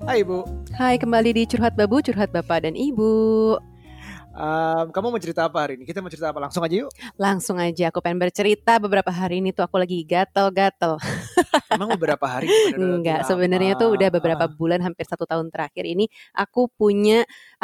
Hai Ibu. Hai, kembali di Curhat Babu, Curhat Bapak dan Ibu. Kamu mau cerita apa hari ini? Kita mau cerita apa? Langsung aja yuk. Langsung aja, aku pengen bercerita. Beberapa hari ini tuh aku lagi gatel-gatel. Emang beberapa hari? Bukan udah lagi Enggak, lama. sebenarnya tuh udah beberapa bulan, hampir 1 tahun terakhir ini aku punya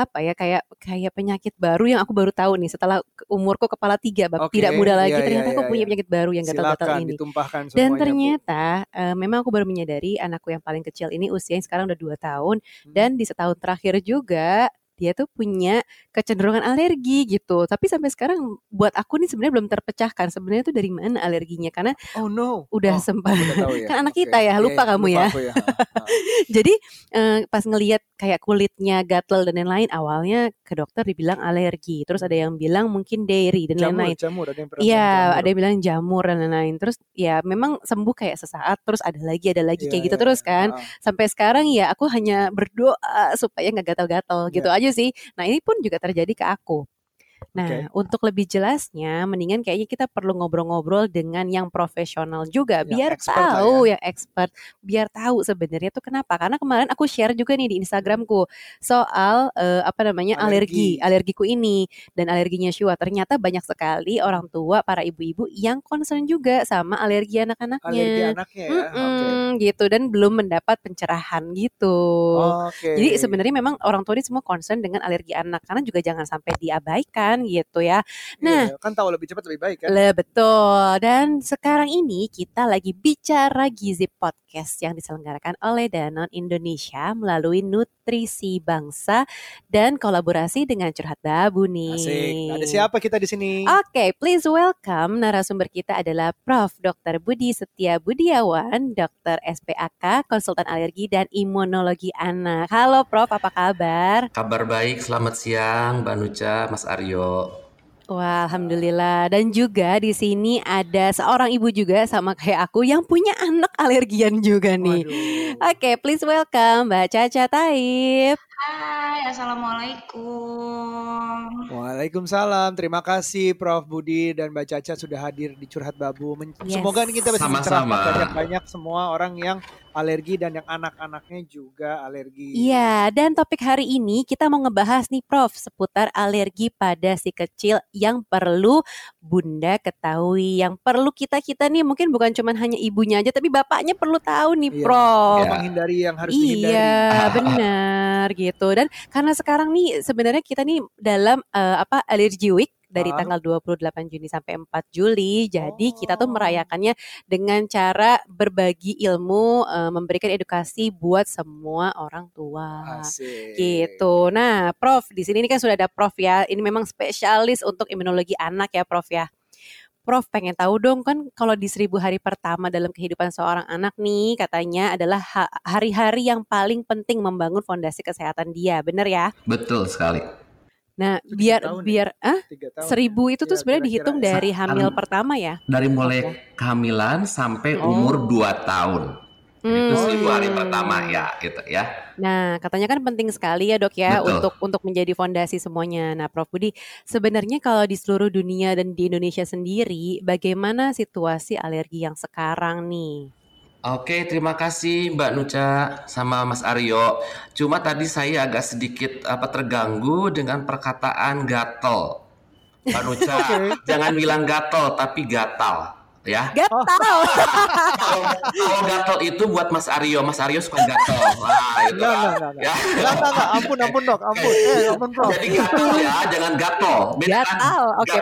kayak penyakit baru yang aku baru tahu nih setelah umurku kepala 3, Oke, tidak muda lagi. iya, Ternyata iya, aku punya iya. penyakit baru yang gatal-gatal Silakan ini. ditumpahkan Dan semuanya, Bu. ternyata memang aku baru menyadari anakku yang paling kecil ini usianya sekarang udah 2 tahun dan di setahun terakhir juga dia tuh punya kecenderungan alergi gitu. Tapi sampai sekarang buat aku nih sebenarnya belum terpecahkan. Sebenarnya tuh dari mana alerginya? Karena Oh no. udah sempat Udah tahu ya. kan anak Oke. kita ya, Iya, lupa kamu lupa ya. aku ya. Jadi pas ngelihat kayak kulitnya gatel dan lain-lain, awalnya ke dokter dibilang alergi. Terus ada yang bilang mungkin dairy dan lain-lain. Jamur, ada yang pernah bilang Iya, jamur. ada yang bilang jamur dan lain-lain. Terus ya memang sembuh kayak sesaat, terus ada lagi Iya, kayak gitu terus kan. Sampai sekarang ya aku hanya berdoa supaya nggak gatal-gatal gitu aja sih. Nah ini pun juga terjadi ke aku. Nah, untuk lebih jelasnya, mendingan kayaknya kita perlu ngobrol-ngobrol dengan yang profesional juga, Yang biar expert lah tahu ya. yang expert, biar tahu sebenarnya tuh kenapa. Karena kemarin aku share juga nih di Instagramku soal alergiku ini dan alerginya Shua. Ternyata banyak sekali orang tua, para ibu-ibu yang concern juga sama alergi Alergi anak-anaknya. anaknya ya. Oke. Gitu dan belum mendapat pencerahan gitu. Oke. Jadi sebenarnya memang orang tua ini semua concern dengan alergi anak karena juga jangan sampai diabaikan gitu ya. Nah, Iya, kan tahu lebih cepat lebih baik kan? betul. Dan sekarang ini kita lagi bicara Gizi Podcast yang diselenggarakan oleh Danone Indonesia melalui Nutrisi Bangsa dan kolaborasi dengan Curhat Babu nih. Asik. Ada siapa kita di sini? Oke, please welcome narasumber kita adalah Prof. Dr. Budi Setia Budiawan, Dr. SPAK, konsultan alergi dan imunologi anak. Halo Prof, apa kabar? Kabar baik, selamat siang Mbak Nucha, Mas Aryo. Wah, alhamdulillah. Dan juga di sini ada seorang ibu juga sama kayak aku yang punya anak alergian juga nih. Oke, please welcome Mbak Caca Taib. Hai, assalamualaikum. Waalaikumsalam. Terima kasih Prof. Budi dan Mbak Caca sudah hadir di Curhat Babu. Yes. Semoga kita bisa Sama-sama. mencerahkan banyak-banyak semua orang yang alergi dan yang anak-anaknya juga alergi. Iya, dan topik hari ini kita mau ngebahas nih Prof seputar alergi pada si kecil yang perlu Bunda ketahui, yang perlu kita nih mungkin bukan cuma hanya ibunya aja tapi bapaknya perlu tahu nih Prof. Menghindari yang harus dihindari. Iya, benar gitu. Dan karena sekarang nih sebenarnya kita nih dalam Allergy Week dari tanggal 28 Juni sampai 4 Juli. Jadi kita tuh merayakannya dengan cara berbagi ilmu, memberikan edukasi buat semua orang tua. Asik. Gitu. Nah, Prof, di sini kan sudah ada Prof ya. Ini memang spesialis untuk imunologi anak ya, Prof ya. Prof, pengen tahu dong kan kalau di 1000 hari pertama dalam kehidupan seorang anak nih katanya adalah hari-hari yang paling penting membangun fondasi kesehatan dia. Bener ya? Betul sekali. Nah, Itu biar 3 tahun 1000 itu tuh sebenarnya dihitung dari hamil pertama ya? Dari mulai kehamilan sampai umur 2 tahun. Itu 1000 hari pertama ya, gitu ya. Nah, katanya kan penting sekali ya dok ya. Betul. untuk menjadi fondasi semuanya. Nah, Prof Budi, sebenarnya kalau di seluruh dunia dan di Indonesia sendiri, bagaimana situasi alergi yang sekarang nih? Oke, terima kasih Mbak Nucha sama Mas Aryo. Cuma tadi saya agak sedikit terganggu dengan perkataan gatel. Mbak Nucha, jangan bilang gatel tapi gatal. Ya. Gatal. Kalau gatel itu buat Mas Aryo suka gatel. Nah, itu. Enggak. Ya. Enggak. Ampun dok. Ampun Prof. Jadi gatel ya, jangan gatel. Gatal. Oke,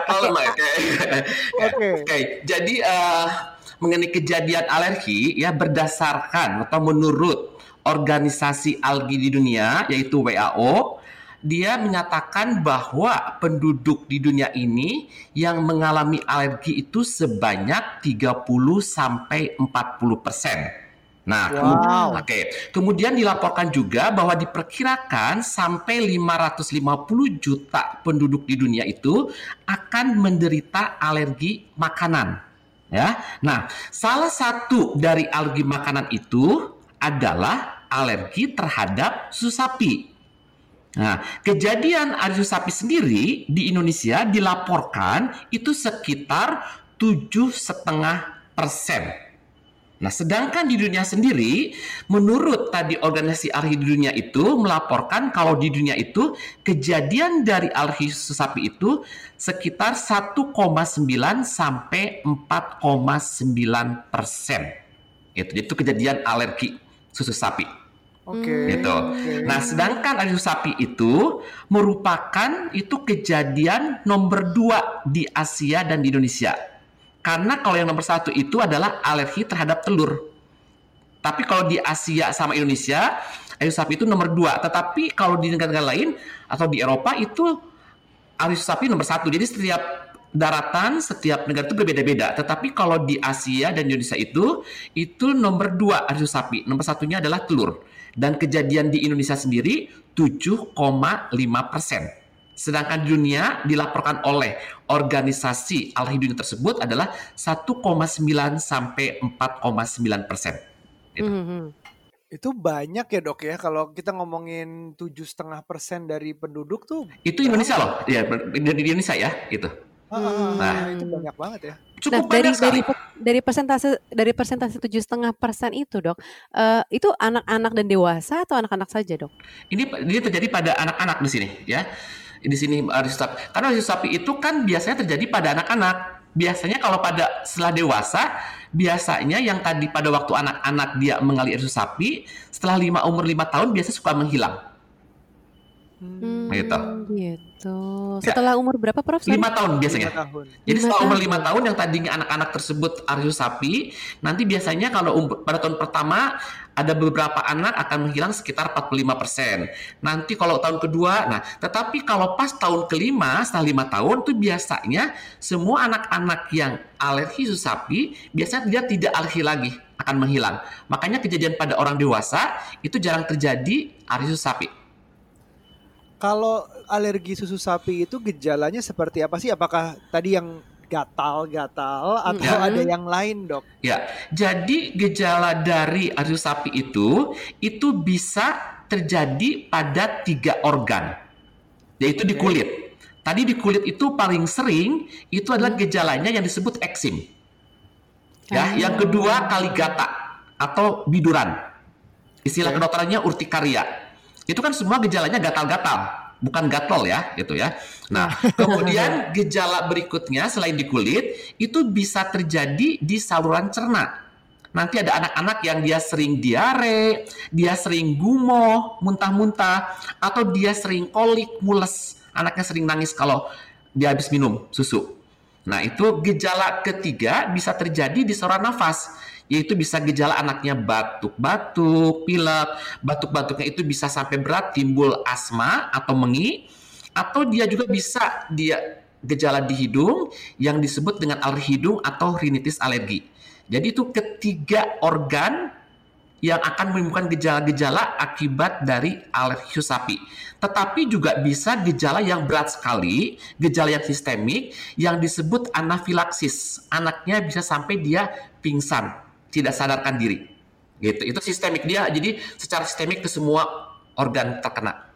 Oke. Jadi mengenai kejadian alergi ya berdasarkan atau menurut organisasi alergi di dunia yaitu WHO, dia menyatakan bahwa penduduk di dunia ini yang mengalami alergi itu sebanyak 30-40%. Nah, kemudian dilaporkan juga bahwa diperkirakan sampai 550 juta penduduk di dunia itu akan menderita alergi makanan. Ya, nah salah satu dari alergi makanan itu adalah alergi terhadap susu sapi. Nah, kejadian alergi susu sapi sendiri di Indonesia dilaporkan itu sekitar 7,5%. Nah, sedangkan di dunia sendiri, menurut tadi organisasi alergi di dunia itu melaporkan kalau di dunia itu kejadian dari alergi susu sapi itu sekitar 1,9 sampai 4,9%. Itu kejadian alergi susu sapi. Oke. Gitu. Nah, sedangkan alergi susu sapi itu merupakan itu kejadian nomor 2 di Asia dan di Indonesia. Karena kalau yang nomor 1 itu adalah alergi terhadap telur. Tapi kalau di Asia sama Indonesia, alergi sapi itu nomor 2. Tetapi kalau di negara-negara lain atau di Eropa itu alergi sapi nomor 1. Jadi setiap daratan, setiap negara itu berbeda-beda. Tetapi kalau di Asia dan Indonesia itu nomor 2 alergi sapi. Nomor 1-nya adalah telur. Dan kejadian di Indonesia sendiri 7,5%. Sedangkan di dunia dilaporkan oleh organisasi alergi dunia tersebut adalah 1,9 sampai 4,9%. Itu banyak ya dok ya, kalau kita ngomongin 7,5% dari penduduk tuh. Itu Indonesia loh, ya di Indonesia ya gitu. Nah, itu banyak banget ya. Cukup banyak sekali. Dari persentase 7,5% itu dok, itu anak-anak dan dewasa atau anak-anak saja dok? Ini terjadi pada anak-anak di sini ya. Di sini alergi sapi. Karena alergi sapi itu kan biasanya terjadi pada anak-anak. Biasanya kalau pada setelah dewasa, biasanya yang tadi pada waktu anak-anak dia mengalami alergi sapi, setelah umur 5 tahun biasanya suka menghilang. Gitu. Setelah umur berapa Prof? 5 tahun biasanya. 5 tahun. Jadi setelah umur 5 tahun yang tadinya anak-anak tersebut alergi sapi, nanti biasanya kalau pada tahun pertama ada beberapa anak akan menghilang sekitar 45%. Nanti kalau tahun kedua, tetapi kalau pas tahun kelima setelah 5 tahun itu biasanya semua anak-anak yang alergi susu sapi biasanya dia tidak alergi lagi, akan menghilang. Makanya kejadian pada orang dewasa itu jarang terjadi alergi susu sapi. Kalau alergi susu sapi itu gejalanya seperti apa sih? Apakah tadi yang gatal-gatal atau ada yang lain dok? Ya, jadi gejala dari alergi susu sapi itu bisa terjadi pada 3 organ, yaitu di kulit. Tadi di kulit itu paling sering itu adalah gejalanya yang disebut eksim. Ya, yang kedua kaligata atau biduran. Istilah kedokterannya urtikaria. Itu kan semua gejalanya gatal-gatal, bukan gatal ya, gitu ya. Nah, kemudian gejala berikutnya selain di kulit itu bisa terjadi di saluran cerna. Nanti ada anak-anak yang dia sering diare, dia sering gumoh, muntah-muntah, atau dia sering kolik, mules. Anaknya sering nangis kalau dia habis minum susu. Nah, itu gejala ketiga bisa terjadi di saluran nafas. Yaitu bisa gejala anaknya batuk-batuk, pilek, batuk-batuknya itu bisa sampai berat timbul asma atau mengi, atau dia juga bisa gejala di hidung yang disebut dengan alergi hidung atau rinitis alergi. Jadi itu ketiga organ yang akan menimbulkan gejala-gejala akibat dari alergi susu sapi. Tetapi juga bisa gejala yang berat sekali, gejala yang sistemik yang disebut anafilaksis. Anaknya bisa sampai dia pingsan, tidak sadarkan diri. Gitu. Itu sistemik dia. Jadi secara sistemik ke semua organ terkena.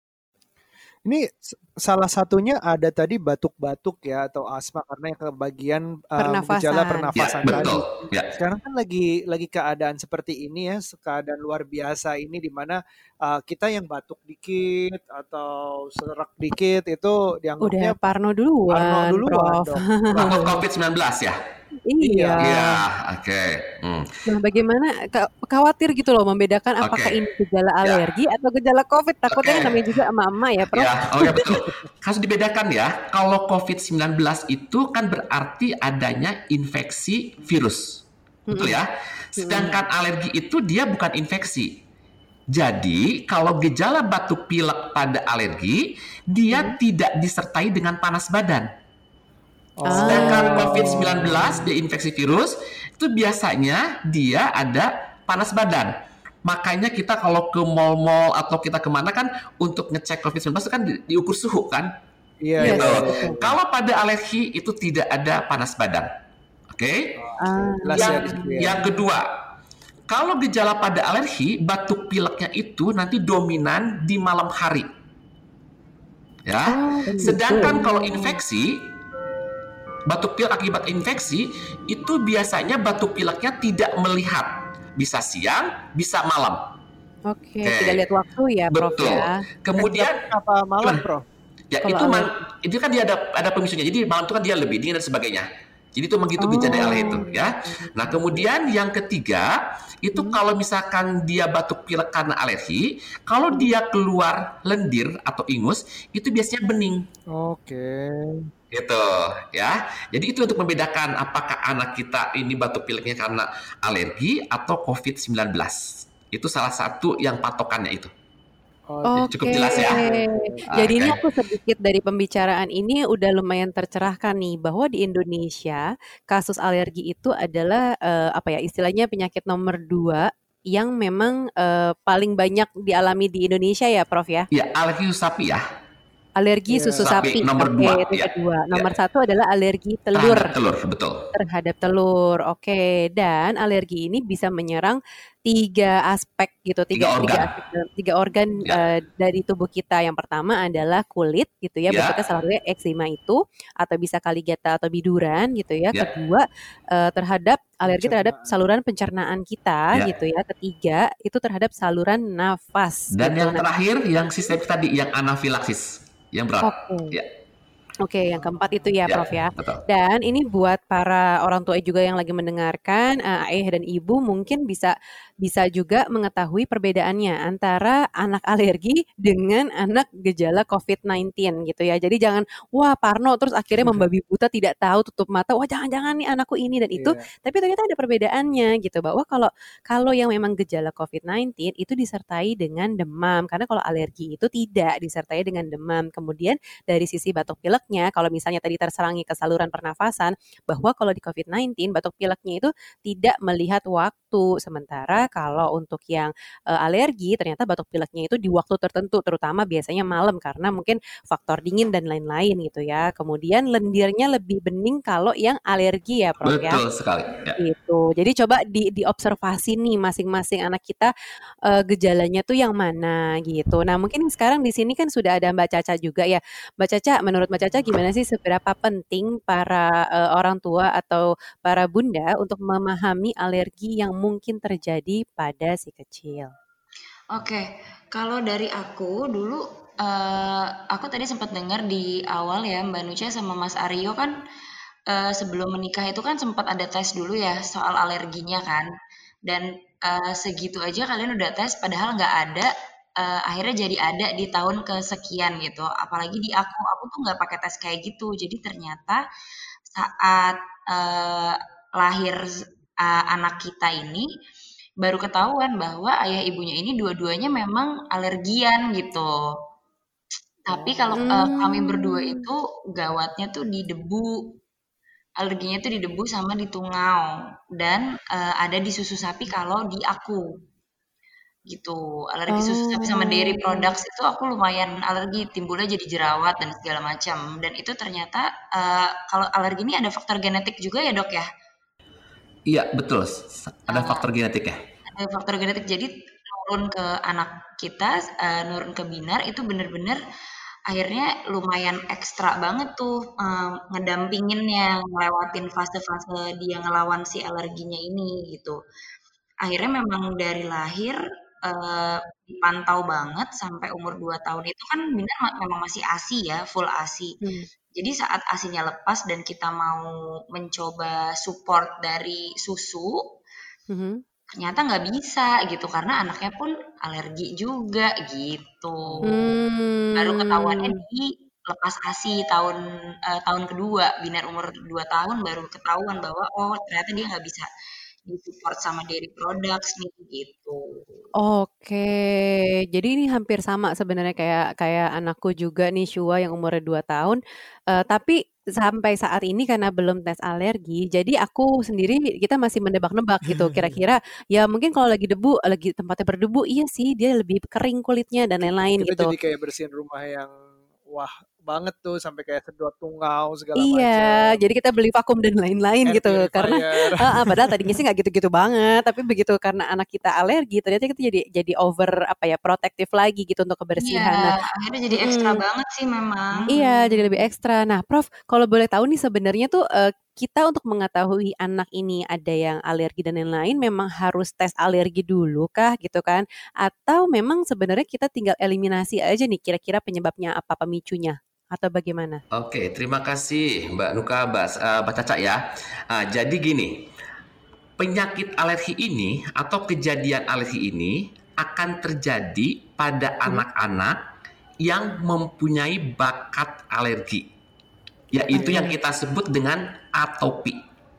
Ini salah satunya ada tadi batuk-batuk ya atau asma karena yang kebagian gejala pernafasan ya, betul. tadi. Ya. Sekarang kan lagi keadaan seperti ini ya, keadaan luar biasa ini di mana kita yang batuk dikit atau serak dikit itu dianggapnya udah parno duluan Prof. Takut COVID-19 ya? Iya. Iya, oke. Nah, bagaimana khawatir gitu loh membedakan apakah ini gejala alergi atau gejala COVID? Takutnya namanya juga emak-emak ya, Prof. Ya betul. Harus dibedakan ya. Kalau COVID-19 itu kan berarti adanya infeksi virus. Betul ya? Sedangkan alergi itu dia bukan infeksi. Jadi, kalau gejala batuk pilek pada alergi, dia tidak disertai dengan panas badan. Sedangkan COVID-19 dia infeksi virus itu biasanya dia ada panas badan. Makanya kita kalau ke mall-mall atau kita kemana kan untuk ngecek COVID-19 itu kan diukur suhu kan. Iya. Gitu. Kalau pada alergi itu tidak ada panas badan. Oke? Yang kedua, kalau gejala pada alergi batuk pileknya itu nanti dominan di malam hari. Ya. Sedangkan kalau infeksi batuk pilek akibat infeksi itu biasanya batuk pileknya tidak melihat, bisa siang, bisa malam. Oke, tidak lihat waktu ya, Prof Betul. ya. Kemudian apa malam, Prof? ya Kalau itu kan dia ada pemicunya. Jadi malam itu kan dia lebih dingin dan sebagainya. Jadi itu begitu gejala alergi itu ya. Nah, kemudian yang ketiga itu kalau misalkan dia batuk pilek karena alergi, kalau dia keluar lendir atau ingus itu biasanya bening. Oke. Gitu ya. Jadi itu untuk membedakan apakah anak kita ini batuk pileknya karena alergi atau COVID-19. Itu salah satu yang patokannya itu. Cukup jelas ya. Jadi ini aku sedikit dari pembicaraan ini udah lumayan tercerahkan nih bahwa di Indonesia kasus alergi itu adalah apa ya istilahnya penyakit nomor 2 yang memang paling banyak dialami di Indonesia ya, Prof ya? Iya, alergi sapi ya. Alergi susu sapi. Nomor Oke, 2. itu kedua. Nomor 1 adalah alergi telur. Terhadap telur, betul. Terhadap telur. Oke, dan alergi ini bisa menyerang 3 aspek gitu, 3 organ dari tubuh kita. Yang pertama adalah kulit gitu ya, bentuknya salah satunya eksema itu atau bisa kaligata atau biduran gitu ya. Kedua terhadap alergi terhadap saluran pencernaan kita gitu ya. Ketiga itu terhadap saluran nafas. Dan gitu. yang terakhir yang sistem tadi yang anafilaksis yang berat. Oke, yang keempat itu ya, Prof ya. Betul. Dan ini buat para orang tua juga yang lagi mendengarkan, ayah dan ibu mungkin bisa juga mengetahui perbedaannya antara anak alergi dengan anak gejala COVID-19 gitu ya. Jadi jangan wah parno terus akhirnya membabi buta tidak tahu tutup mata, wah jangan-jangan nih anakku ini dan itu, tapi ternyata ada perbedaannya gitu bahwa kalau yang memang gejala COVID-19 itu disertai dengan demam karena kalau alergi itu tidak disertai dengan demam. Kemudian dari sisi batuk pileknya, kalau misalnya tadi terserangi ke saluran pernafasan, bahwa kalau di COVID-19 batuk pileknya itu tidak melihat waktu. Sementara kalau untuk yang alergi, ternyata batuk pileknya itu di waktu tertentu, terutama biasanya malam karena mungkin faktor dingin dan lain-lain gitu ya. Kemudian lendirnya lebih bening kalau yang alergi ya, Prof ya. Betul sekali. Gitu. Jadi coba diobservasi nih masing-masing anak kita gejalanya tuh yang mana gitu. Nah mungkin sekarang di sini kan sudah ada Mbak Caca juga ya. Mbak Caca, menurut Mbak Caca gimana sih seberapa penting para orang tua atau para bunda untuk memahami alergi yang mungkin terjadi pada si kecil? Oke, kalau dari aku dulu, aku tadi sempat dengar di awal ya Mbak Nucha sama Mas Aryo kan sebelum menikah itu kan sempat ada tes dulu ya soal alerginya kan, dan segitu aja kalian udah tes padahal nggak ada, akhirnya jadi ada di tahun kesekian gitu. Apalagi di aku tuh nggak pakai tes kayak gitu. Jadi ternyata saat lahir anak kita ini baru ketahuan bahwa ayah ibunya ini dua-duanya memang alergian gitu. Tapi kalau kami berdua itu gawatnya tuh di debu. Alerginya tuh di debu sama di tungau dan ada di susu sapi kalau di aku. Gitu. Alergi susu sapi sama dairy products itu aku lumayan alergi, timbulnya jadi jerawat dan segala macam. Dan itu ternyata kalau alergi ini ada faktor genetik juga ya, Dok ya? Iya, betul. Ada faktor genetik ya. Ada faktor genetik. Jadi nurun ke anak kita, nurun ke Binar itu bener-bener akhirnya lumayan ekstra banget tuh ngedampinginnya, ngelewatin fase-fase dia ngelawan si alerginya ini gitu. Akhirnya memang dari lahir dipantau banget sampai umur 2 tahun itu kan Binar memang masih ASI ya, full ASI. Jadi saat ASINya lepas dan kita mau mencoba support dari susu, ternyata nggak bisa gitu karena anaknya pun alergi juga gitu. Baru ketahuannya di lepas ASI tahun kedua, Binar umur 2 tahun baru ketahuan bahwa oh ternyata dia nggak bisa di-support sama dairy products nih gitu. Oke, jadi ini hampir sama sebenarnya kayak anakku juga nih Shua yang umurnya 2 tahun. Tapi sampai saat ini karena belum tes alergi, jadi aku sendiri kita masih menebak-nebak gitu. Kira-kira ya mungkin kalau lagi tempatnya berdebu, iya sih dia lebih kering kulitnya dan lain-lain Kita gitu. jadi kayak bersihin rumah yang wah banget tuh sampai kayak sedot tungau segala Iya, macam. jadi kita beli vakum dan lain-lain Air gitu. Karena purifier. padahal tadinya sih nggak gitu-gitu banget, tapi begitu karena anak kita alergi, ternyata kita jadi over apa ya, protektif lagi gitu untuk Iya, kebersihan. Nah, akhirnya jadi ekstra banget sih memang. iya, jadi lebih ekstra. Nah, Prof, kalau boleh tahu nih sebenarnya tuh kita untuk mengetahui anak ini ada yang alergi dan lain-lain memang harus tes alergi dulu kah gitu kan? Atau memang sebenarnya kita tinggal eliminasi aja nih kira-kira penyebabnya apa, pemicunya atau bagaimana? Oke, terima kasih Mbak Nuka, Mbak Caca ya. Jadi gini, penyakit alergi ini atau kejadian alergi ini akan terjadi pada anak-anak yang mempunyai bakat alergi, yaitu yang kita sebut dengan atopi.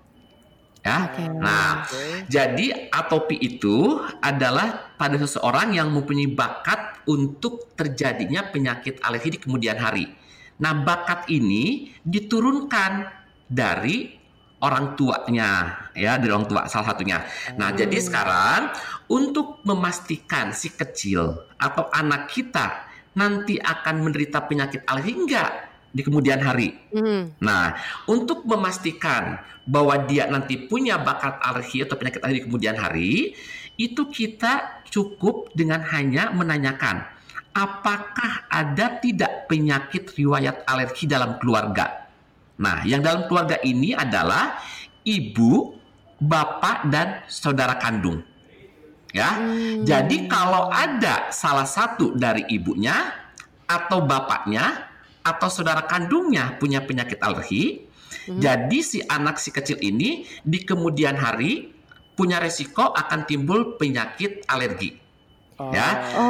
Ya. Oke. Nah, Oke. jadi atopi itu adalah pada seseorang yang mempunyai bakat untuk terjadinya penyakit alergi di kemudian hari. Nah, bakat ini diturunkan dari orang tuanya, ya, dari orang tua salah satunya. Nah, jadi sekarang untuk memastikan si kecil atau anak kita nanti akan menderita penyakit alergi enggak di kemudian hari. Nah, untuk memastikan bahwa dia nanti punya bakat alergi atau penyakit alergi di kemudian hari, itu kita cukup dengan hanya menanyakan, apakah ada tidak penyakit riwayat alergi dalam keluarga? Nah, yang dalam keluarga ini adalah ibu, bapak, dan saudara kandung. Ya, jadi kalau ada salah satu dari ibunya atau bapaknya atau saudara kandungnya punya penyakit alergi, jadi si anak si kecil ini di kemudian hari punya resiko akan timbul penyakit alergi. Ya,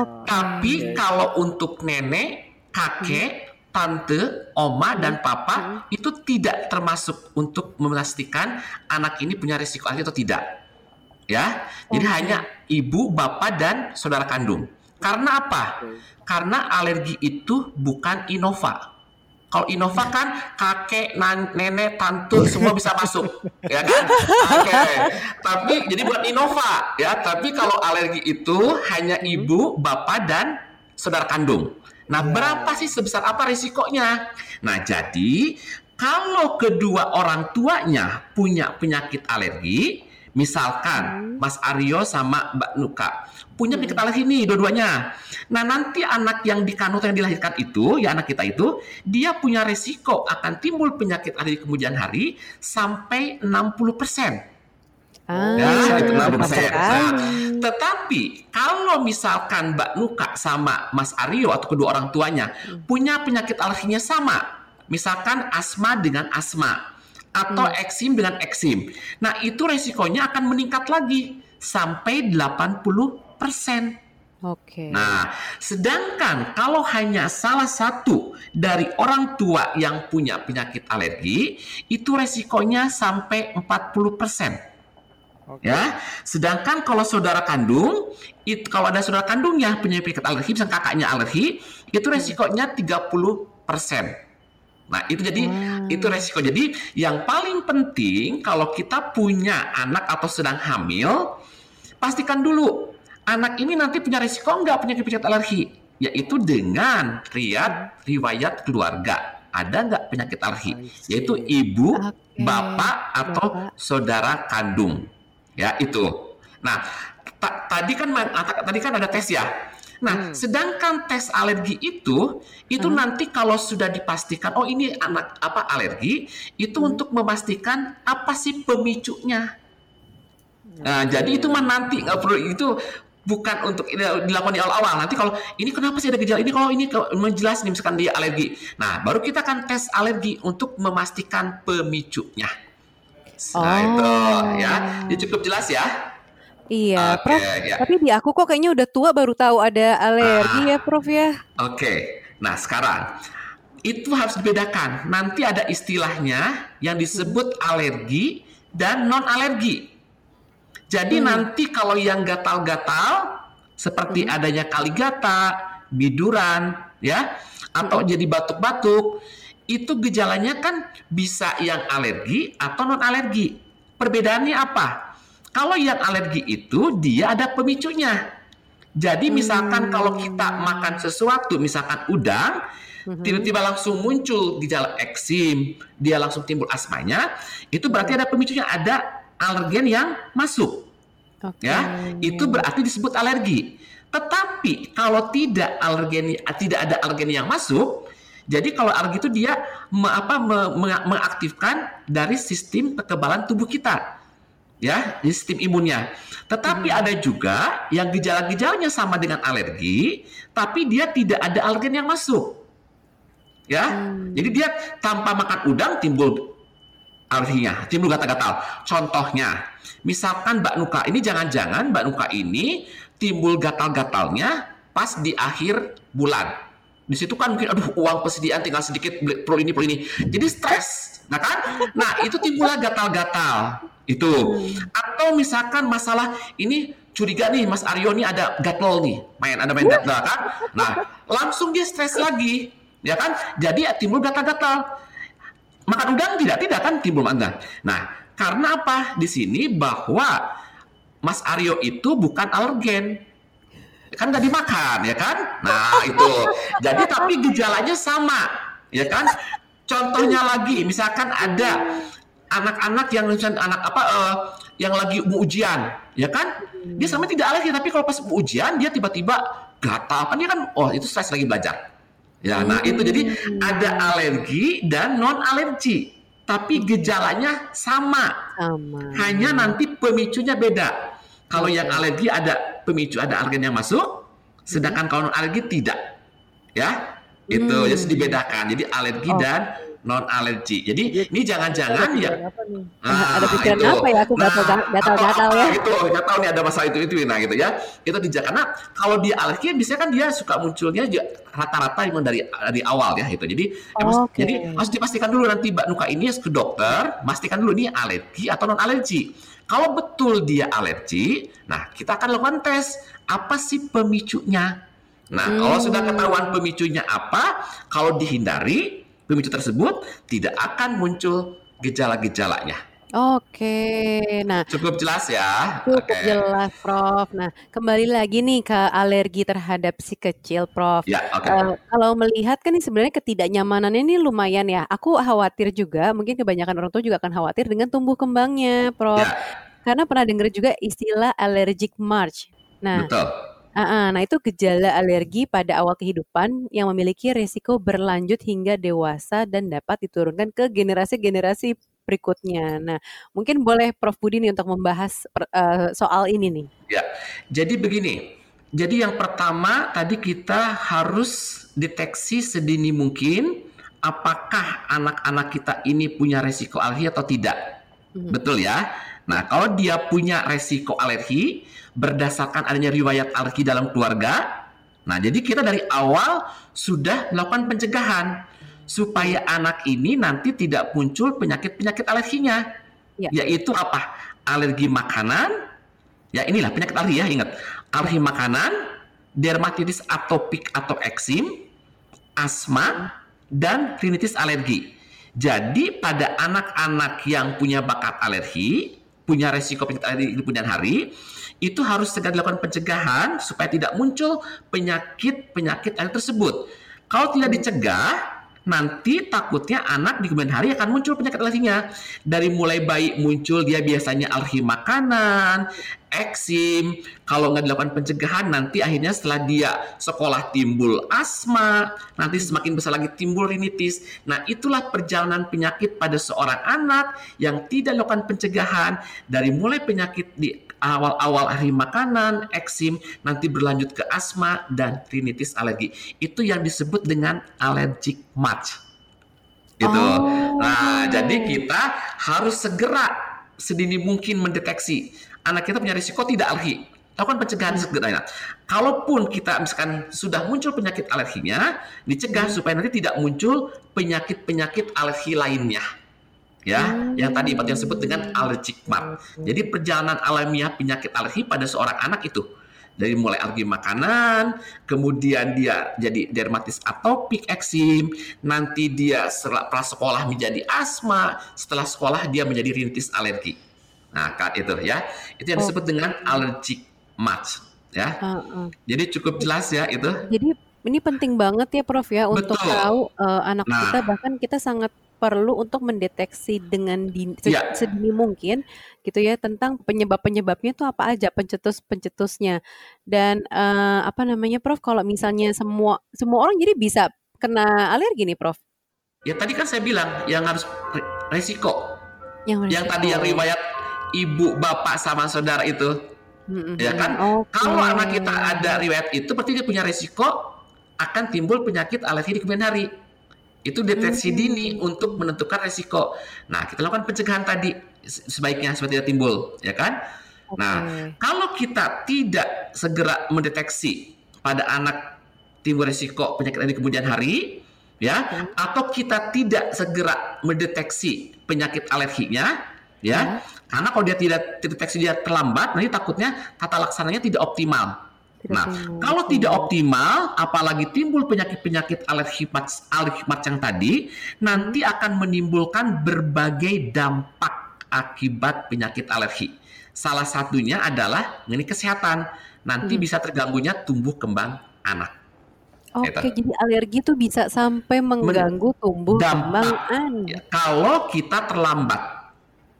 tapi kalau untuk nenek, kakek, tante, oma, dan papa itu tidak termasuk untuk memastikan anak ini punya risiko alergi atau tidak. Ya, jadi hanya ibu, bapak, dan saudara kandung. Karena apa? Karena alergi itu bukan Innova. Kalau Innova kan kakek, nenek, tante semua bisa masuk, ya kan? Oke. Tapi jadi bukan Innova, ya. Tapi kalau alergi itu hanya ibu, bapak, dan saudara kandung. Nah, berapa sih sebesar apa risikonya? Nah, jadi kalau kedua orang tuanya punya penyakit alergi, misalkan Mas Aryo sama Mbak Nuka punya penyakit alergi nih dua-duanya. Nah, nanti anak yang dikandung yang dilahirkan itu, ya anak kita itu, dia punya resiko akan timbul penyakit alergi kemudian hari sampai 60%. Ya, itu 60%. Nah, tetapi kalau misalkan Mbak Nuka sama Mas Aryo atau kedua orang tuanya punya penyakit alerginya sama, misalkan asma dengan asma atau eksim dengan eksim. Nah, itu resikonya akan meningkat lagi sampai 80%. Oke. Nah, sedangkan kalau hanya salah satu dari orang tua yang punya penyakit alergi, itu resikonya sampai 40%. Ya, sedangkan kalau saudara kandung, kalau ada saudara kandungnya punya penyakit alergi, misalnya kakaknya alergi, itu resikonya 30%. Nah, itu jadi itu resiko. Jadi yang paling penting kalau kita punya anak atau sedang hamil, pastikan dulu anak ini nanti punya resiko enggak punya penyakit alergi, yaitu dengan riwayat keluarga. Ada enggak penyakit alergi? Yaitu ibu, bapak, atau saudara kandung. Ya, itu. Nah, tadi kan ada tes ya. Nah, sedangkan tes alergi itu nanti kalau sudah dipastikan oh ini anak apa alergi, itu untuk memastikan apa sih pemicunya. Nah, jadi itu mah nanti nggak perlu, itu bukan untuk dilakukan di awal-awal. Nanti kalau ini kenapa sih ada gejala ini, kalau ini menjelas nih misalkan dia alergi. Nah, baru kita akan tes alergi untuk memastikan pemicunya. Nah, itu ya. Ini cukup jelas ya? Iya, Oke, Prof. ya. Tapi di aku kok kayaknya udah tua baru tahu ada alergi ya, Prof ya. Oke. Nah, sekarang itu harus dibedakan. Nanti ada istilahnya yang disebut alergi dan non alergi. Jadi nanti kalau yang gatal-gatal seperti adanya kaligata, biduran, ya, atau jadi batuk-batuk, itu gejalanya kan bisa yang alergi atau non alergi. Perbedaannya apa? Kalau yang alergi itu dia ada pemicunya. Jadi misalkan kalau kita makan sesuatu, misalkan udang, tiba-tiba langsung muncul gejala eksim, dia langsung timbul asmanya, itu berarti ada pemicunya, ada alergen yang masuk. Ya, itu berarti disebut alergi. Tetapi kalau tidak ada alergen yang masuk, jadi kalau alergi itu dia mengaktifkan dari sistem kekebalan tubuh kita. Ya, di sistem imunnya. Tetapi ada juga yang gejala-gejalanya sama dengan alergi, tapi dia tidak ada alergen yang masuk. Ya, jadi dia tanpa makan udang timbul alerginya, timbul gatal-gatal. Contohnya, misalkan Mbak Nuka ini, jangan-jangan Mbak Nuka ini timbul gatal-gatalnya pas di akhir bulan. Di situ kan mungkin uang persediaan tinggal sedikit, perlu ini. Jadi stres, nah kan? Nah, itu timbullah gatal-gatal. Itu. Atau misalkan masalah ini curiga nih Mas Aryo nih ada gatel nih, ada main gatel kan? Nah, langsung dia stres lagi, ya kan? Jadi timbul gatal-gatal. Makan udang tidak kan timbul gatal. Nah, karena apa? Di sini bahwa Mas Aryo itu bukan alergen. Kan nggak dimakan, ya kan? Nah, itu. Jadi tapi gejalanya sama, ya kan? Contohnya lagi, misalkan ada anak-anak yang lagi mau ujian, ya kan? Dia sama tidak alergi, tapi kalau pas ujian dia tiba-tiba gatal, kan dia kan, itu stres lagi belajar. Ya, nah itu jadi ada alergi dan non alergi, tapi gejalanya sama. Hanya nanti pemicunya beda. Kalau yang alergi ada pemicu, ada alergen yang masuk, sedangkan kalau non alergi tidak. Ya, itu jadi dibedakan. Jadi alergi dan non alergi. Jadi ini jangan-jangan ya. Ada pikiran apa ya? Aku gatal-gatal ya. Itu nggak tahu nih ada masalah itu nah gitu ya. Itu karena kalau dia alergi biasanya kan dia suka munculnya rata-rata memang dari awal ya itu. Jadi jadi harus dipastikan dulu nanti Mbak Nuka ini ke dokter, pastikan dulu ini alergi atau non alergi. Kalau betul dia alergi, nah kita akan lakukan tes apa sih pemicunya. Nah, kalau sudah ketahuan pemicunya apa, kalau dihindari pemicu tersebut tidak akan muncul gejala-gejalanya. Nah cukup jelas ya. Cukup jelas, Prof. Nah, kembali lagi nih ke alergi terhadap si kecil, Prof. Ya, kalau melihat kan ini sebenarnya ketidaknyamanannya ini lumayan ya. Aku khawatir juga, mungkin kebanyakan orang tua juga akan khawatir dengan tumbuh kembangnya, Prof. Ya. Karena pernah dengar juga istilah allergic march. Nah, betul. Nah itu gejala alergi pada awal kehidupan yang memiliki risiko berlanjut hingga dewasa dan dapat diturunkan ke generasi-generasi berikutnya. Nah, mungkin boleh Prof Budi nih untuk membahas soal ini nih. Ya, jadi begini. Jadi yang pertama tadi kita harus deteksi sedini mungkin apakah anak-anak kita ini punya risiko alergi atau tidak. Betul ya? Nah, kalau dia punya risiko alergi berdasarkan adanya riwayat alergi dalam keluarga, nah jadi kita dari awal sudah melakukan pencegahan supaya anak ini nanti tidak muncul penyakit-penyakit alerginya, yaitu apa? Alergi makanan, ya inilah penyakit alergi ya, ingat. Alergi makanan, dermatitis atopik atau eksim, asma, dan rinitis alergi. Jadi pada anak-anak yang punya bakat alergi, punya resiko penyakit alergi di kemudian hari, itu harus segera dilakukan pencegahan supaya tidak muncul penyakit alergi tersebut. Kalau tidak dicegah, nanti takutnya anak di kemudian hari akan muncul penyakit alerginya. Dari mulai bayi muncul dia biasanya alergi makanan, eksim. Kalau nggak dilakukan pencegahan, nanti akhirnya setelah dia sekolah timbul asma, nanti semakin besar lagi timbul rinitis. Nah, itulah perjalanan penyakit pada seorang anak yang tidak dilakukan pencegahan. Dari mulai penyakit di awal-awal alergi makanan, eksim, nanti berlanjut ke asma dan rinitis alergi. Itu yang disebut dengan allergic march. Gitu. Nah, jadi kita harus segera sedini mungkin mendeteksi anak kita punya risiko tidak alergi. Lakukan pencegahan segera. Kalaupun kita misalkan sudah muncul penyakit alerginya, dicegah supaya nanti tidak muncul penyakit-penyakit alergi lainnya. Ya, yang tadi yang disebut dengan allergic march. Jadi perjalanan alamiah penyakit alergi pada seorang anak itu dari mulai alergi makanan, kemudian dia jadi dermatitis atopik eksim, nanti dia setelah prasekolah menjadi asma, setelah sekolah dia menjadi rinitis alergi. Nah, kan itu ya. Itu yang disebut dengan allergic march. ya. Heeh. Jadi cukup jelas ya itu. Jadi ini penting banget ya Prof ya untuk Betul. tahu anak kita, Nah, bahkan kita sangat perlu untuk mendeteksi dengan ya, sedini mungkin gitu ya tentang penyebab-penyebabnya itu apa aja, pencetusnya. Dan apa namanya Prof, kalau misalnya semua orang jadi bisa kena alergi nih Prof. ya tadi kan saya bilang yang harus resiko. Yang tadi yang Resiko. riwayat ibu, bapak sama saudara itu, ya kan? Oke. Kalau anak kita ada riwayat itu, berarti dia punya resiko akan timbul penyakit alergi di kemudian hari. Itu deteksi dini untuk menentukan resiko. Nah, kita lakukan pencegahan tadi sebaiknya supaya tidak timbul, ya kan? Nah, kalau kita tidak segera mendeteksi pada anak timbul resiko penyakit alergi di kemudian hari, ya, atau kita tidak segera mendeteksi penyakit alerginya, ya, karena kalau dia tidak terdeteksi dia terlambat, nanti takutnya tata laksananya tidak optimal. Kalau tidak optimal, apalagi timbul penyakit-penyakit alergi macam tadi, nanti akan menimbulkan berbagai dampak akibat penyakit alergi. Salah satunya adalah mengenai kesehatan. Nanti bisa terganggunya tumbuh kembang anak. Oke, jadi alergi itu bisa sampai mengganggu tumbuh kembang anak. Ya, kalau kita terlambat.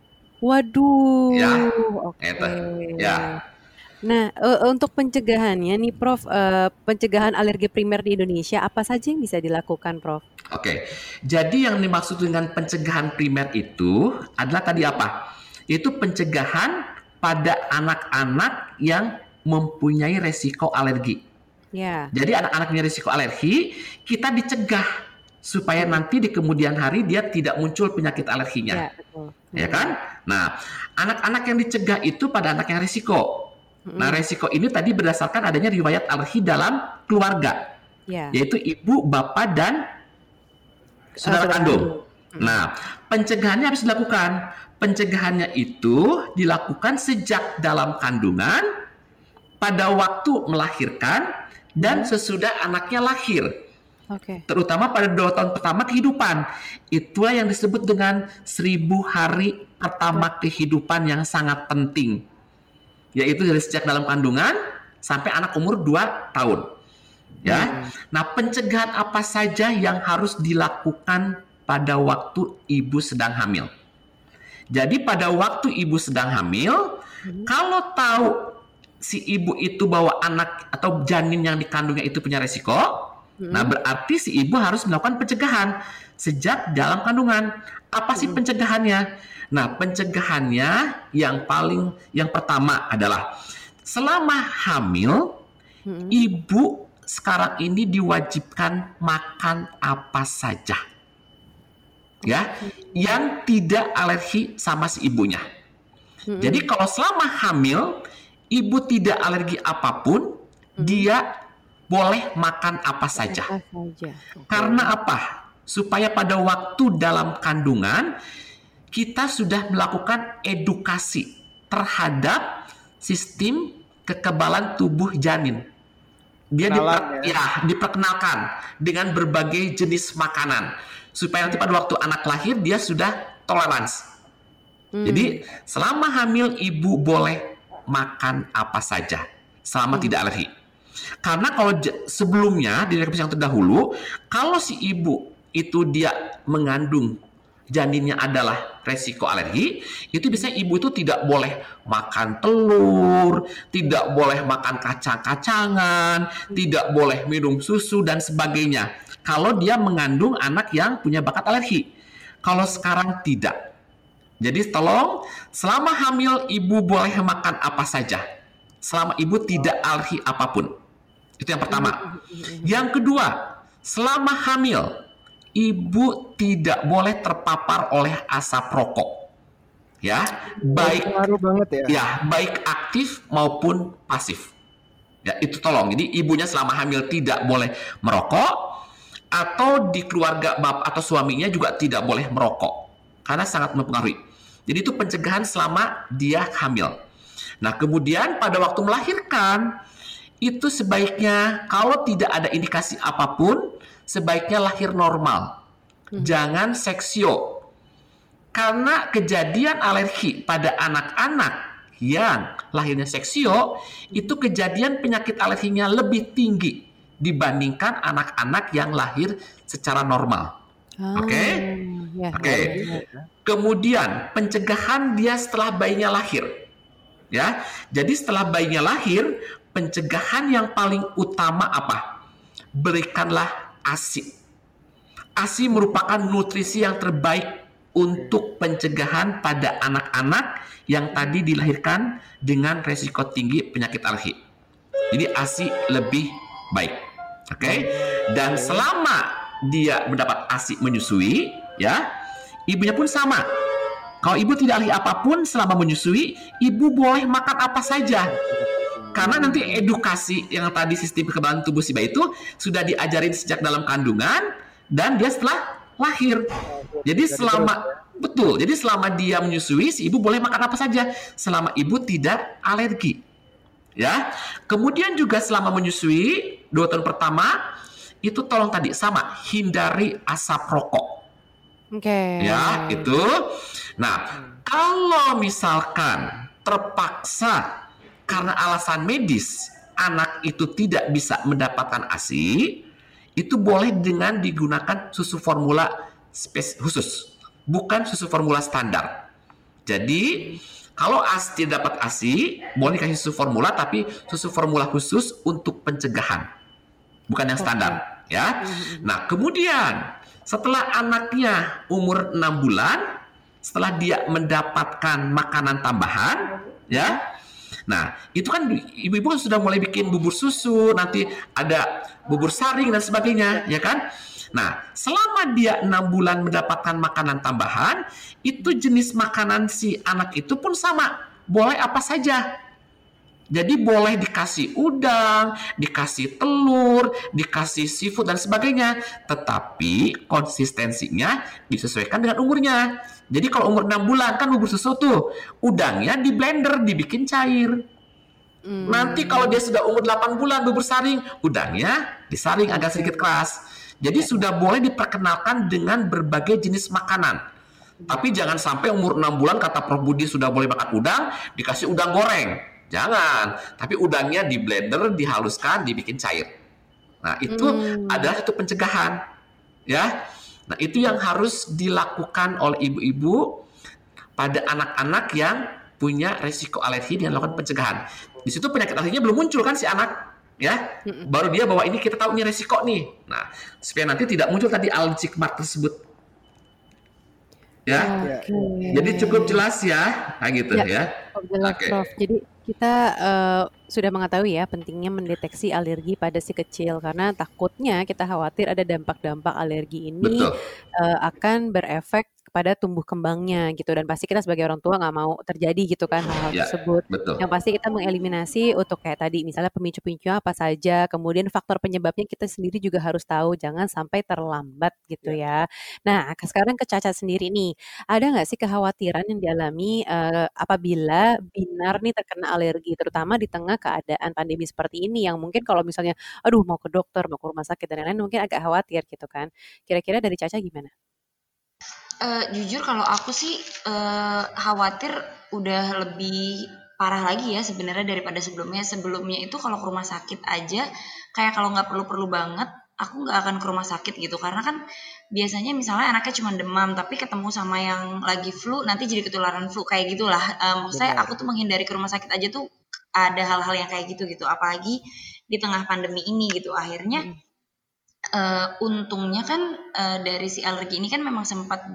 Waduh. Ya, oke. Ya. Nah, untuk pencegahannya nih Prof, pencegahan alergi primer di Indonesia apa saja yang bisa dilakukan Prof? Oke, jadi yang dimaksud dengan pencegahan primer itu adalah tadi apa? Itu pencegahan pada anak-anak yang mempunyai resiko alergi. Ya. Jadi anak-anak punya risiko alergi, kita dicegah supaya nanti di kemudian hari dia tidak muncul penyakit alerginya. Ya, betul. Ya kan? Nah, anak-anak yang dicegah itu pada anak yang risiko. Nah, risiko ini tadi berdasarkan adanya riwayat alergi dalam keluarga. Yaitu ibu, bapak, dan saudara kandung. Nah, pencegahannya harus dilakukan. Pencegahannya itu dilakukan sejak dalam kandungan, pada waktu melahirkan, dan sesudah anaknya lahir. Terutama pada 2 tahun pertama kehidupan. Itulah yang disebut dengan 1000 hari pertama kehidupan yang sangat penting. Yaitu dari sejak dalam kandungan sampai anak umur 2 tahun. Ya. Nah, pencegahan apa saja yang harus dilakukan pada waktu ibu sedang hamil? Jadi pada waktu ibu sedang hamil, kalau tahu si ibu itu bahwa anak atau janin yang dikandungnya itu punya resiko, nah berarti si ibu harus melakukan pencegahan sejak dalam kandungan. Apa sih pencegahannya? Nah, pencegahannya yang pertama adalah selama hamil, ibu sekarang ini diwajibkan makan apa saja, ya, yang tidak alergi sama si ibunya. Jadi kalau selama hamil, ibu tidak alergi apapun, dia boleh makan apa saja. Karena apa? Supaya pada waktu dalam kandungan kita sudah melakukan edukasi terhadap sistem kekebalan tubuh janin. Dia diperkenalkan dengan berbagai jenis makanan supaya nanti pada waktu anak lahir dia sudah toleransi. Jadi selama hamil ibu boleh makan apa saja selama tidak alergi. Karena kalau sebelumnya di episode yang terdahulu, kalau si ibu itu dia mengandung janinnya adalah resiko alergi, itu biasanya ibu itu tidak boleh makan telur, tidak boleh makan kacang-kacangan, tidak boleh minum susu dan sebagainya. Kalau dia mengandung anak yang punya bakat alergi. Kalau sekarang tidak. Jadi tolong, selama hamil ibu boleh makan apa saja. Selama ibu tidak alergi apapun. Itu yang pertama. Yang kedua, selama hamil ibu tidak boleh terpapar oleh asap rokok, ya, baik baik aktif maupun pasif, ya, itu tolong. Jadi ibunya selama hamil tidak boleh merokok, atau di keluarga bapak atau suaminya juga tidak boleh merokok, karena sangat mempengaruhi. Jadi itu pencegahan selama dia hamil. Nah, kemudian pada waktu melahirkan itu sebaiknya kalau tidak ada indikasi apapun, sebaiknya lahir normal. Jangan seksio. Karena kejadian alergi pada anak-anak yang lahirnya seksio itu kejadian penyakit alerginya lebih tinggi dibandingkan anak-anak yang lahir secara normal. Oke? Oke. Kemudian pencegahan dia setelah bayinya lahir. Ya. Jadi setelah bayinya lahir, pencegahan yang paling utama apa? Berikanlah ASI. ASI merupakan nutrisi yang terbaik untuk pencegahan pada anak-anak yang tadi dilahirkan dengan resiko tinggi penyakit alergi. Jadi ASI lebih baik. Oke? Dan selama dia mendapat ASI menyusui, ya, ibunya pun sama. Kalau ibu tidak alergi apapun selama menyusui, ibu boleh makan apa saja. Karena nanti edukasi yang tadi sistem kekebalan tubuh si bayi itu sudah diajarin sejak dalam kandungan dan dia setelah lahir. Jadi selama dia menyusui, si ibu boleh makan apa saja selama ibu tidak alergi. Ya. Kemudian juga selama menyusui 2 tahun pertama itu tolong tadi sama hindari asap rokok. Ya, itu. Nah, kalau misalkan terpaksa karena alasan medis anak itu tidak bisa mendapatkan ASI, itu boleh dengan digunakan susu formula khusus, bukan susu formula standar. Jadi kalau tidak dapat ASI, boleh dikasih susu formula, tapi susu formula khusus untuk pencegahan, bukan yang standar. Ya. Nah, kemudian setelah anaknya umur 6 bulan, setelah dia mendapatkan makanan tambahan, ya. Nah, itu kan ibu-ibu sudah mulai bikin bubur susu, nanti ada bubur saring dan sebagainya, ya kan? Nah, selama dia 6 bulan mendapatkan makanan tambahan, itu jenis makanan si anak itu pun sama, boleh apa saja. Jadi boleh dikasih udang, dikasih telur, dikasih seafood dan sebagainya. Tetapi konsistensinya disesuaikan dengan umurnya. Jadi kalau umur 6 bulan kan bubur susu tuh, udangnya di blender, dibikin cair. Nanti kalau dia sudah umur 8 bulan bubur saring, udangnya disaring agak sedikit keras. Jadi sudah boleh diperkenalkan dengan berbagai jenis makanan. Tapi jangan sampai umur 6 bulan kata Prof Budi sudah boleh makan udang, dikasih udang goreng. Jangan, tapi udangnya di blender, dihaluskan, dibikin cair. Nah, itu adalah satu pencegahan. Ya. Nah, itu yang harus dilakukan oleh ibu-ibu pada anak-anak yang punya resiko alergi dengan melakukan pencegahan. Di situ penyakit alerginya belum muncul kan si anak, ya. Baru dia bahwa ini kita tahu ini resiko nih. Nah, supaya nanti tidak muncul tadi allergic mark tersebut. Ya. Jadi cukup jelas ya, kayak gitu ya. Jelas, Prof. Jadi kita sudah mengetahui ya pentingnya mendeteksi alergi pada si kecil karena takutnya kita khawatir ada dampak-dampak alergi ini akan berefek kepada tumbuh kembangnya gitu dan pasti kita sebagai orang tua nggak mau terjadi gitu kan hal-hal tersebut. Yang pasti kita mengeliminasi untuk kayak tadi misalnya pemicu-pemicunya apa saja, kemudian faktor penyebabnya kita sendiri juga harus tahu jangan sampai terlambat gitu ya. Nah sekarang ke Caca sendiri nih, ada nggak sih kekhawatiran yang dialami apabila Binar nih terkena alergi terutama di tengah keadaan pandemi seperti ini yang mungkin kalau misalnya aduh mau ke dokter, mau ke rumah sakit dan lain-lain mungkin agak khawatir gitu kan. Kira-kira dari Caca gimana? Jujur kalau aku sih khawatir udah lebih parah lagi ya sebenarnya daripada sebelumnya. Sebelumnya itu kalau ke rumah sakit aja kayak kalau nggak perlu-perlu banget aku nggak akan ke rumah sakit gitu karena kan biasanya misalnya anaknya cuma demam tapi ketemu sama yang lagi flu nanti jadi ketularan flu kayak gitulah. Maksudnya aku tuh menghindari ke rumah sakit aja tuh ada hal-hal yang kayak gitu apalagi di tengah pandemi ini gitu akhirnya. Untungnya kan dari si alergi ini kan memang sempat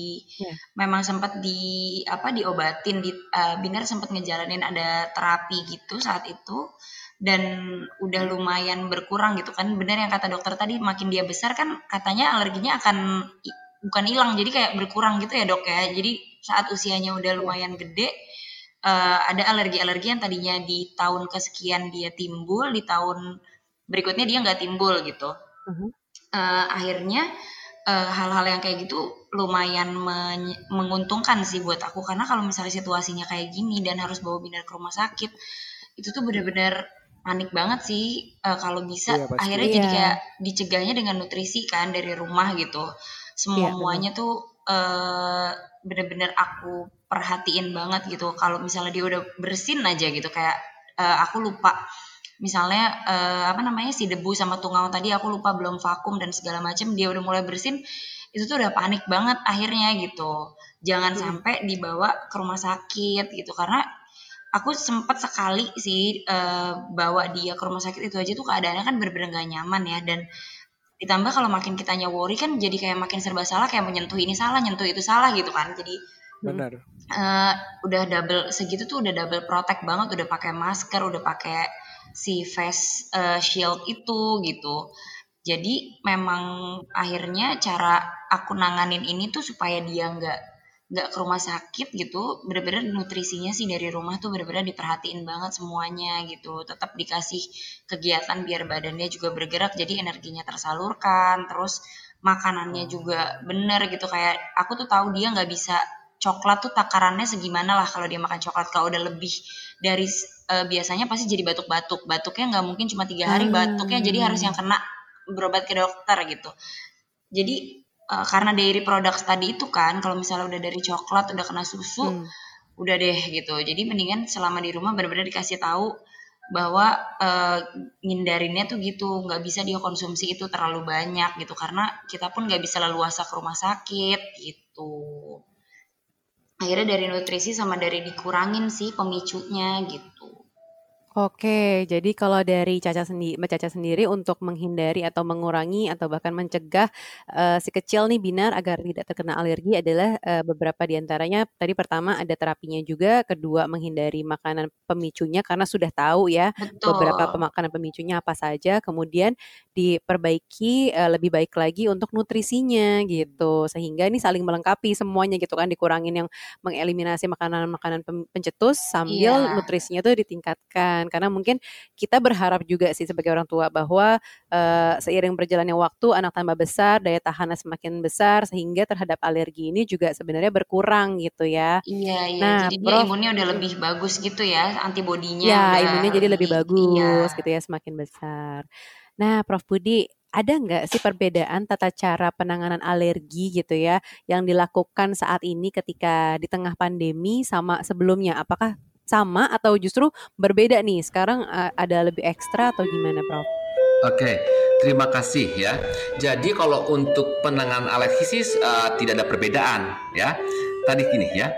diobatin Binar sempat ngejalanin ada terapi gitu saat itu dan udah lumayan berkurang gitu kan benar yang kata dokter tadi makin dia besar kan katanya alerginya akan bukan hilang jadi kayak berkurang gitu ya dok ya jadi saat usianya udah lumayan gede ada alergi-alergi yang tadinya di tahun kesekian dia timbul di tahun berikutnya dia nggak timbul gitu. Akhirnya hal-hal yang kayak gitu lumayan menguntungkan sih buat aku karena kalau misalnya situasinya kayak gini dan harus bawa Binar ke rumah sakit itu tuh benar-benar panik banget sih kalau bisa akhirnya jadi kayak dicegahnya dengan nutrisi kan dari rumah gitu semuanya tuh benar-benar aku perhatiin banget gitu. Kalau misalnya dia udah bersin aja gitu, kayak aku lupa misalnya si debu sama tungau tadi aku lupa belum vakum dan segala macam, dia udah mulai bersin, itu tuh udah panik banget akhirnya gitu. Jangan sampai dibawa ke rumah sakit gitu, karena aku sempat sekali sih bawa dia ke rumah sakit, itu aja tuh keadaannya kan bener-bener gak nyaman ya. Dan ditambah kalau makin kitanya worry kan jadi kayak makin serba salah, kayak menyentuh ini salah, nyentuh itu salah gitu kan. Jadi Benar. udah double segitu tuh, udah double protect banget, udah pakai masker, udah pakai si face shield itu gitu. Jadi memang akhirnya cara aku nanganin ini tuh supaya dia nggak ke rumah sakit gitu, bener-bener nutrisinya sih dari rumah tuh bener-bener diperhatiin banget semuanya gitu. Tetap dikasih kegiatan biar badannya juga bergerak, jadi energinya tersalurkan. Terus makanannya juga bener gitu, kayak aku tuh tahu dia nggak bisa coklat tuh takarannya segimana lah kalau dia makan coklat. Kalau udah lebih dari biasanya pasti jadi batuk-batuk. Batuknya nggak mungkin cuma 3 hari batuknya, jadi harus yang kena berobat ke dokter gitu. Jadi karena dairy products tadi itu kan, kalau misalnya udah dari coklat, udah kena susu, udah deh gitu. Jadi mendingan selama di rumah benar-benar dikasih tahu bahwa ngindarinnya tuh gitu, nggak bisa dia konsumsi itu terlalu banyak gitu, karena kita pun nggak bisa leluasa ke rumah sakit gitu. Akhirnya dari nutrisi sama dari dikurangin sih pemicunya gitu. Oke, jadi kalau dari Mbak Caca sendiri untuk menghindari atau mengurangi atau bahkan mencegah si kecil nih Binar agar tidak terkena alergi adalah beberapa diantaranya. Tadi pertama ada terapinya juga, kedua menghindari makanan pemicunya karena sudah tahu ya beberapa makanan pemicunya apa saja, kemudian diperbaiki lebih baik lagi untuk nutrisinya gitu, sehingga ini saling melengkapi semuanya gitu kan, dikurangin yang mengeliminasi makanan-makanan pencetus sambil nutrisinya tuh ditingkatkan. Karena mungkin kita berharap juga sih sebagai orang tua bahwa seiring berjalannya waktu anak tambah besar, daya tahannya semakin besar, sehingga terhadap alergi ini juga sebenarnya berkurang gitu ya. Iya, Nah, jadi dia imunnya udah lebih bagus gitu ya, antibodinya ya udah imunnya jadi lebih bagus iya. gitu ya, semakin besar. Nah, Prof Budi, ada nggak sih perbedaan tata cara penanganan alergi gitu ya yang dilakukan saat ini ketika di tengah pandemi sama sebelumnya? Apakah sama atau justru berbeda nih? Sekarang ada lebih ekstra atau gimana, Prof? Oke, terima kasih ya. Jadi kalau untuk penanganan alergi sih tidak ada perbedaan ya. Tadi gini ya,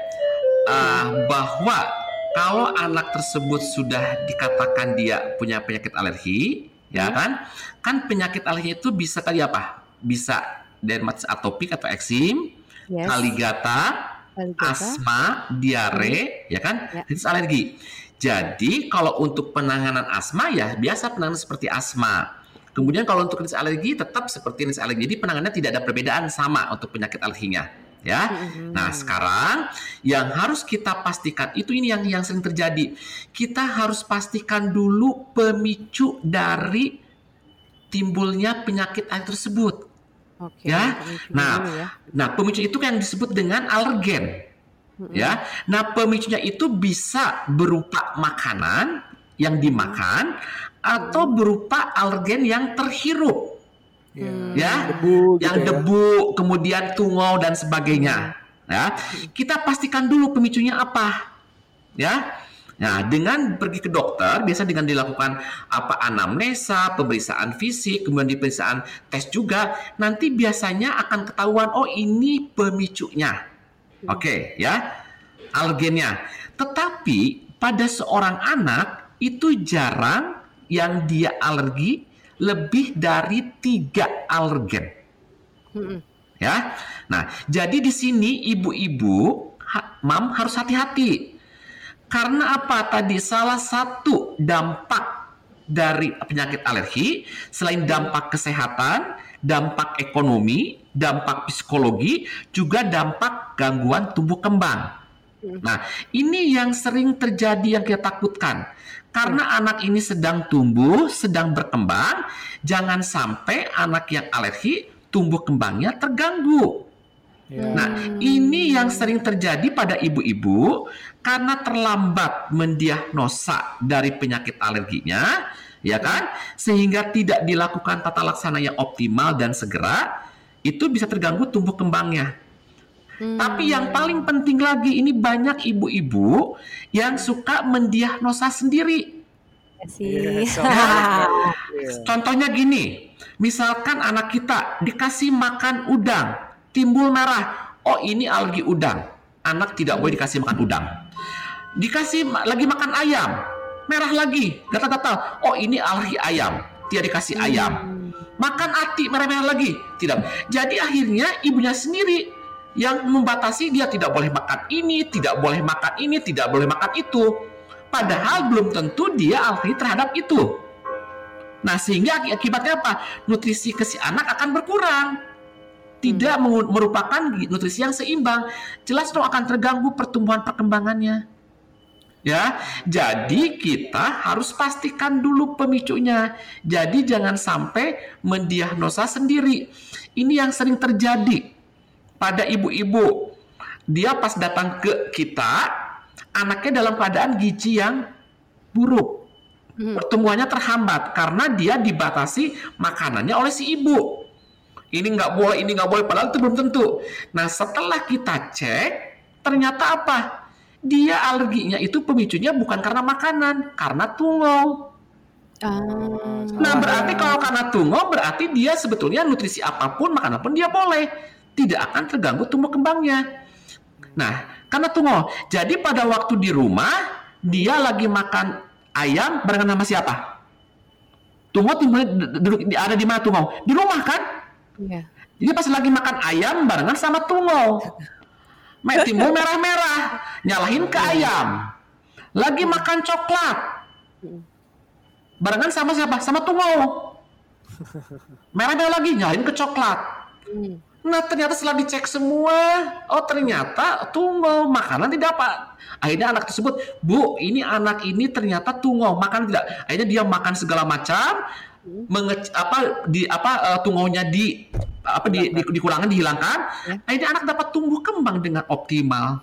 bahwa kalau anak tersebut sudah dikatakan dia punya penyakit alergi, ya kan penyakit alergi itu bisa kali apa? Bisa dermatitis atopik atau eksim, kaligata, asma, diare, ya kan? Itu alergi. Jadi kalau untuk penanganan asma ya biasa penanganan seperti asma. Kemudian kalau untuk rinitis alergi tetap seperti rinitis alergi. Jadi penanganannya tidak ada perbedaan sama untuk penyakit alerginya, ya. Nah sekarang yang harus kita pastikan itu ini yang sering terjadi. Kita harus pastikan dulu pemicu dari timbulnya penyakit alergi tersebut. Ya, nah pemicu itu yang disebut dengan alergen, ya. Nah pemicunya itu bisa berupa makanan yang dimakan atau berupa alergen yang terhirup, ya, debu, yang gitu debu, kemudian tungau dan sebagainya. Ya, kita pastikan dulu pemicunya apa, ya. Nah, dengan pergi ke dokter, biasa dengan dilakukan anamnesa, pemeriksaan fisik, kemudian pemeriksaan tes juga, nanti biasanya akan ketahuan, oh ini pemicunya. Oke, ya, alergennya. Tetapi pada seorang anak itu jarang yang dia alergi lebih dari 3 alergen. Ya. Nah, jadi di sini ibu-ibu, mam harus hati-hati. Karena apa tadi? Salah satu dampak dari penyakit alergi selain dampak kesehatan, dampak ekonomi, dampak psikologi, juga dampak gangguan tumbuh kembang. Nah, ini yang sering terjadi yang kita takutkan. Karena anak ini sedang tumbuh, sedang berkembang, jangan sampai anak yang alergi tumbuh kembangnya terganggu. Nah, ini yang sering terjadi pada ibu-ibu karena terlambat mendiagnosa dari penyakit alerginya, ya kan? Sehingga tidak dilakukan tata laksana yang optimal dan segera, itu bisa terganggu tumbuh kembangnya. Tapi yang paling penting lagi, ini banyak ibu-ibu yang suka mendiagnosa sendiri. Sih. Contohnya gini, misalkan anak kita dikasih makan udang, timbul merah. Oh, ini alergi udang. Anak tidak boleh dikasih makan udang. Dikasih lagi makan ayam, merah lagi, gatal-gatal. Oh, ini alergi ayam. Tidak dikasih ayam. Makan ati, merah-merah lagi. Tidak. Jadi akhirnya ibunya sendiri yang membatasi, dia tidak boleh makan ini, tidak boleh makan ini, tidak boleh makan itu. Padahal belum tentu dia alergi terhadap itu. Nah, sehingga akibatnya apa? Nutrisi ke si anak akan berkurang. Tidak merupakan nutrisi yang seimbang. Jelas dong akan terganggu pertumbuhan perkembangannya. Ya, jadi kita harus pastikan dulu pemicunya. Jadi jangan sampai mendiagnosa sendiri. Ini yang sering terjadi pada ibu-ibu. Dia pas datang ke kita, anaknya dalam keadaan gizi yang buruk. Pertumbuhannya terhambat karena dia dibatasi makanannya oleh si ibu. Ini nggak boleh, ini nggak boleh, padahal itu belum tentu. Nah, setelah kita cek, ternyata apa? Dia alerginya itu pemicunya bukan karena makanan, karena tungau. Nah, berarti kalau karena tungau, berarti dia sebetulnya nutrisi apapun, makanan apapun dia boleh. Tidak akan terganggu tumbuh kembangnya. Nah, karena tungau. Jadi pada waktu di rumah, dia lagi makan ayam barengan sama siapa? Tungau duduk ada di mana tungau? Di rumah kan? Iya. Jadi pas lagi makan ayam barengan sama tungau. Timbul merah-merah, nyalahin ke ayam. Lagi makan coklat, barengan sama siapa? Sama tungau. Merah-merah lagi, nyalahin ke coklat. Nah, ternyata setelah dicek semua, oh ternyata tungau, makanan tidak apa. Akhirnya anak tersebut, Bu, ini anak ini ternyata tungau, makan tidak. Akhirnya dia makan segala macam, tungaunya dikurangan, dihilangkan. Akhirnya anak dapat tumbuh kembang dengan optimal.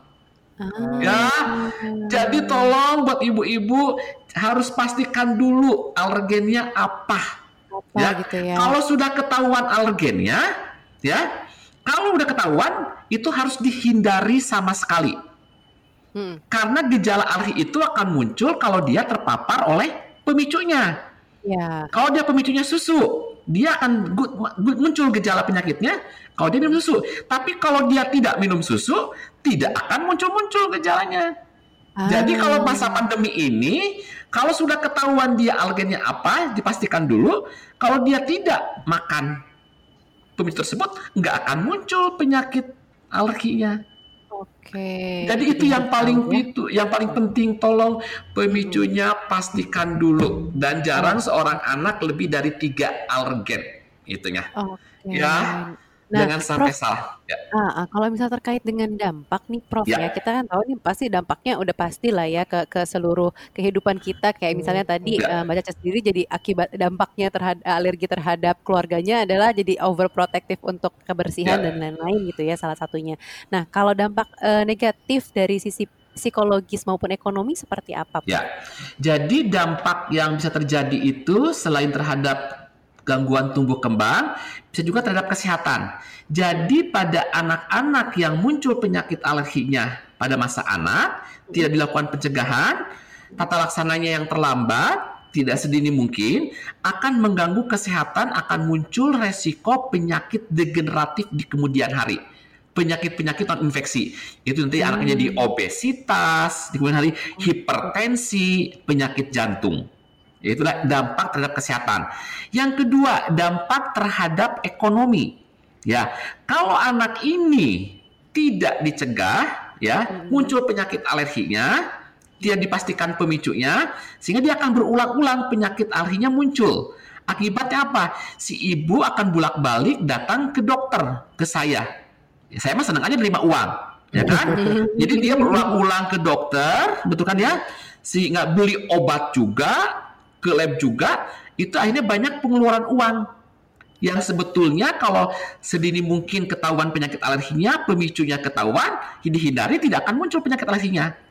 Ya, jadi tolong buat ibu-ibu harus pastikan dulu alergennya apa. Ya, gitu ya. Kalau sudah ketahuan alergennya, ya, kalau udah ketahuan itu harus dihindari sama sekali. Karena gejala alergi itu akan muncul kalau dia terpapar oleh pemicunya. Ya. Kalau dia pemicunya susu, dia akan muncul gejala penyakitnya kalau dia minum susu. Tapi kalau dia tidak minum susu, tidak akan muncul-muncul gejalanya. Jadi kalau masa pandemi ini, kalau sudah ketahuan dia alergennya apa, dipastikan dulu. Kalau dia tidak makan pemicu tersebut, nggak akan muncul penyakit alerginya. Oke. Jadi itu yang paling penting, tolong pemicunya pastikan dulu, dan jarang seorang anak lebih dari 3 alergen itunya. Ya. Jangan sampai Prof, salah. Ya. Kalau misalnya terkait dengan dampak nih Prof ya, kita kan tahu nih pasti dampaknya udah pasti lah ya ke seluruh kehidupan kita. Kayak misalnya tadi Mbak Caca sendiri jadi akibat dampaknya terhadap alergi terhadap keluarganya adalah jadi overprotective untuk kebersihan dan lain-lain gitu ya salah satunya. Nah, kalau dampak negatif dari sisi psikologis maupun ekonomi seperti apa? Ya, jadi dampak yang bisa terjadi itu selain terhadap gangguan tumbuh kembang, bisa juga terhadap kesehatan. Jadi pada anak-anak yang muncul penyakit alerginya pada masa anak, tidak dilakukan pencegahan, tata laksananya yang terlambat, tidak sedini mungkin, akan mengganggu kesehatan, akan muncul resiko penyakit degeneratif di kemudian hari. Penyakit-penyakit non-infeksi. Itu nanti anaknya jadi obesitas, di kemudian hari hipertensi, penyakit jantung. Itulah dampak terhadap kesehatan. Yang kedua, dampak terhadap ekonomi. Ya, kalau anak ini tidak dicegah, ya, muncul penyakit alerginya, tidak dipastikan pemicunya, sehingga dia akan berulang-ulang penyakit alerginya muncul. Akibatnya apa? Si ibu akan bolak-balik datang ke dokter, ke saya. Ya, saya mah senang aja nerima uang, ya kan? Jadi dia berulang-ulang ke dokter, betul kan ya? Sehingga beli obat juga, ke lab juga, itu akhirnya banyak pengeluaran uang yang sebetulnya kalau sedini mungkin ketahuan penyakit alerginya, pemicunya ketahuan, dihindari, tidak akan muncul penyakit alerginya.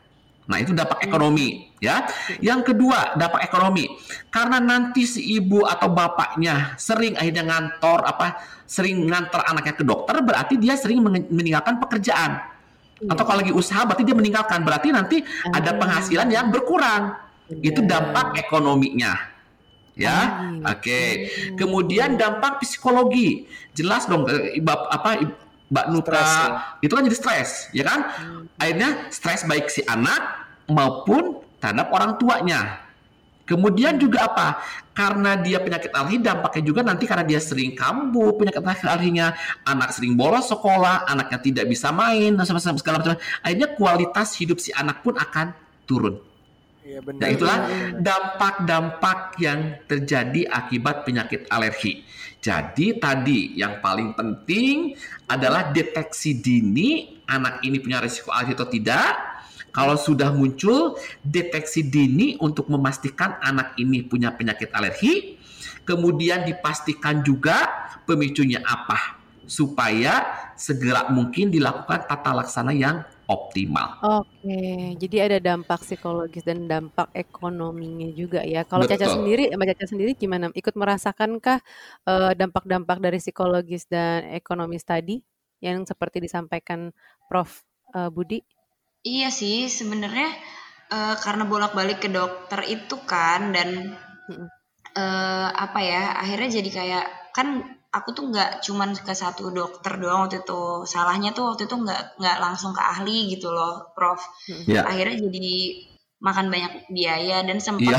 Nah, itu dampak ekonomi ya. Yang kedua, dampak ekonomi. Karena nanti si ibu atau bapaknya sering akhirnya sering ngantar anaknya ke dokter, berarti dia sering meninggalkan pekerjaan. Atau kalau lagi usaha berarti dia meninggalkan, berarti nanti ada penghasilan yang berkurang. Itu dampak ekonominya. Ya. Oke. Kemudian dampak psikologi. Jelas dong Mbak Nuta itu kan jadi stres, ya kan? Akhirnya stres baik si anak maupun terhadap orang tuanya. Kemudian juga apa? Karena dia penyakit alergi, dampaknya juga nanti karena dia sering kambuh, penyakit alerginya, anak sering bolos sekolah, anaknya tidak bisa main, dan segala macam. Akhirnya kualitas hidup si anak pun akan turun. Iya, benar. Nah, itulah dampak-dampak yang terjadi akibat penyakit alergi. Jadi tadi yang paling penting adalah deteksi dini anak ini punya risiko alergi atau tidak. Kalau sudah muncul, deteksi dini untuk memastikan anak ini punya penyakit alergi. Kemudian dipastikan juga pemicunya apa, supaya segera mungkin dilakukan tata laksana yang optimal. Oke, jadi ada dampak psikologis dan dampak ekonominya juga ya. Kalau Mbak Caca sendiri gimana? Ikut merasakankah dampak-dampak dari psikologis dan ekonomis tadi yang seperti disampaikan Prof. Budi? Iya sih, sebenarnya karena bolak-balik ke dokter itu kan, dan akhirnya jadi kayak, kan aku tuh nggak cuman ke satu dokter doang waktu itu. Salahnya tuh waktu itu nggak langsung ke ahli gitu loh, Prof. Akhirnya jadi makan banyak biaya dan sempat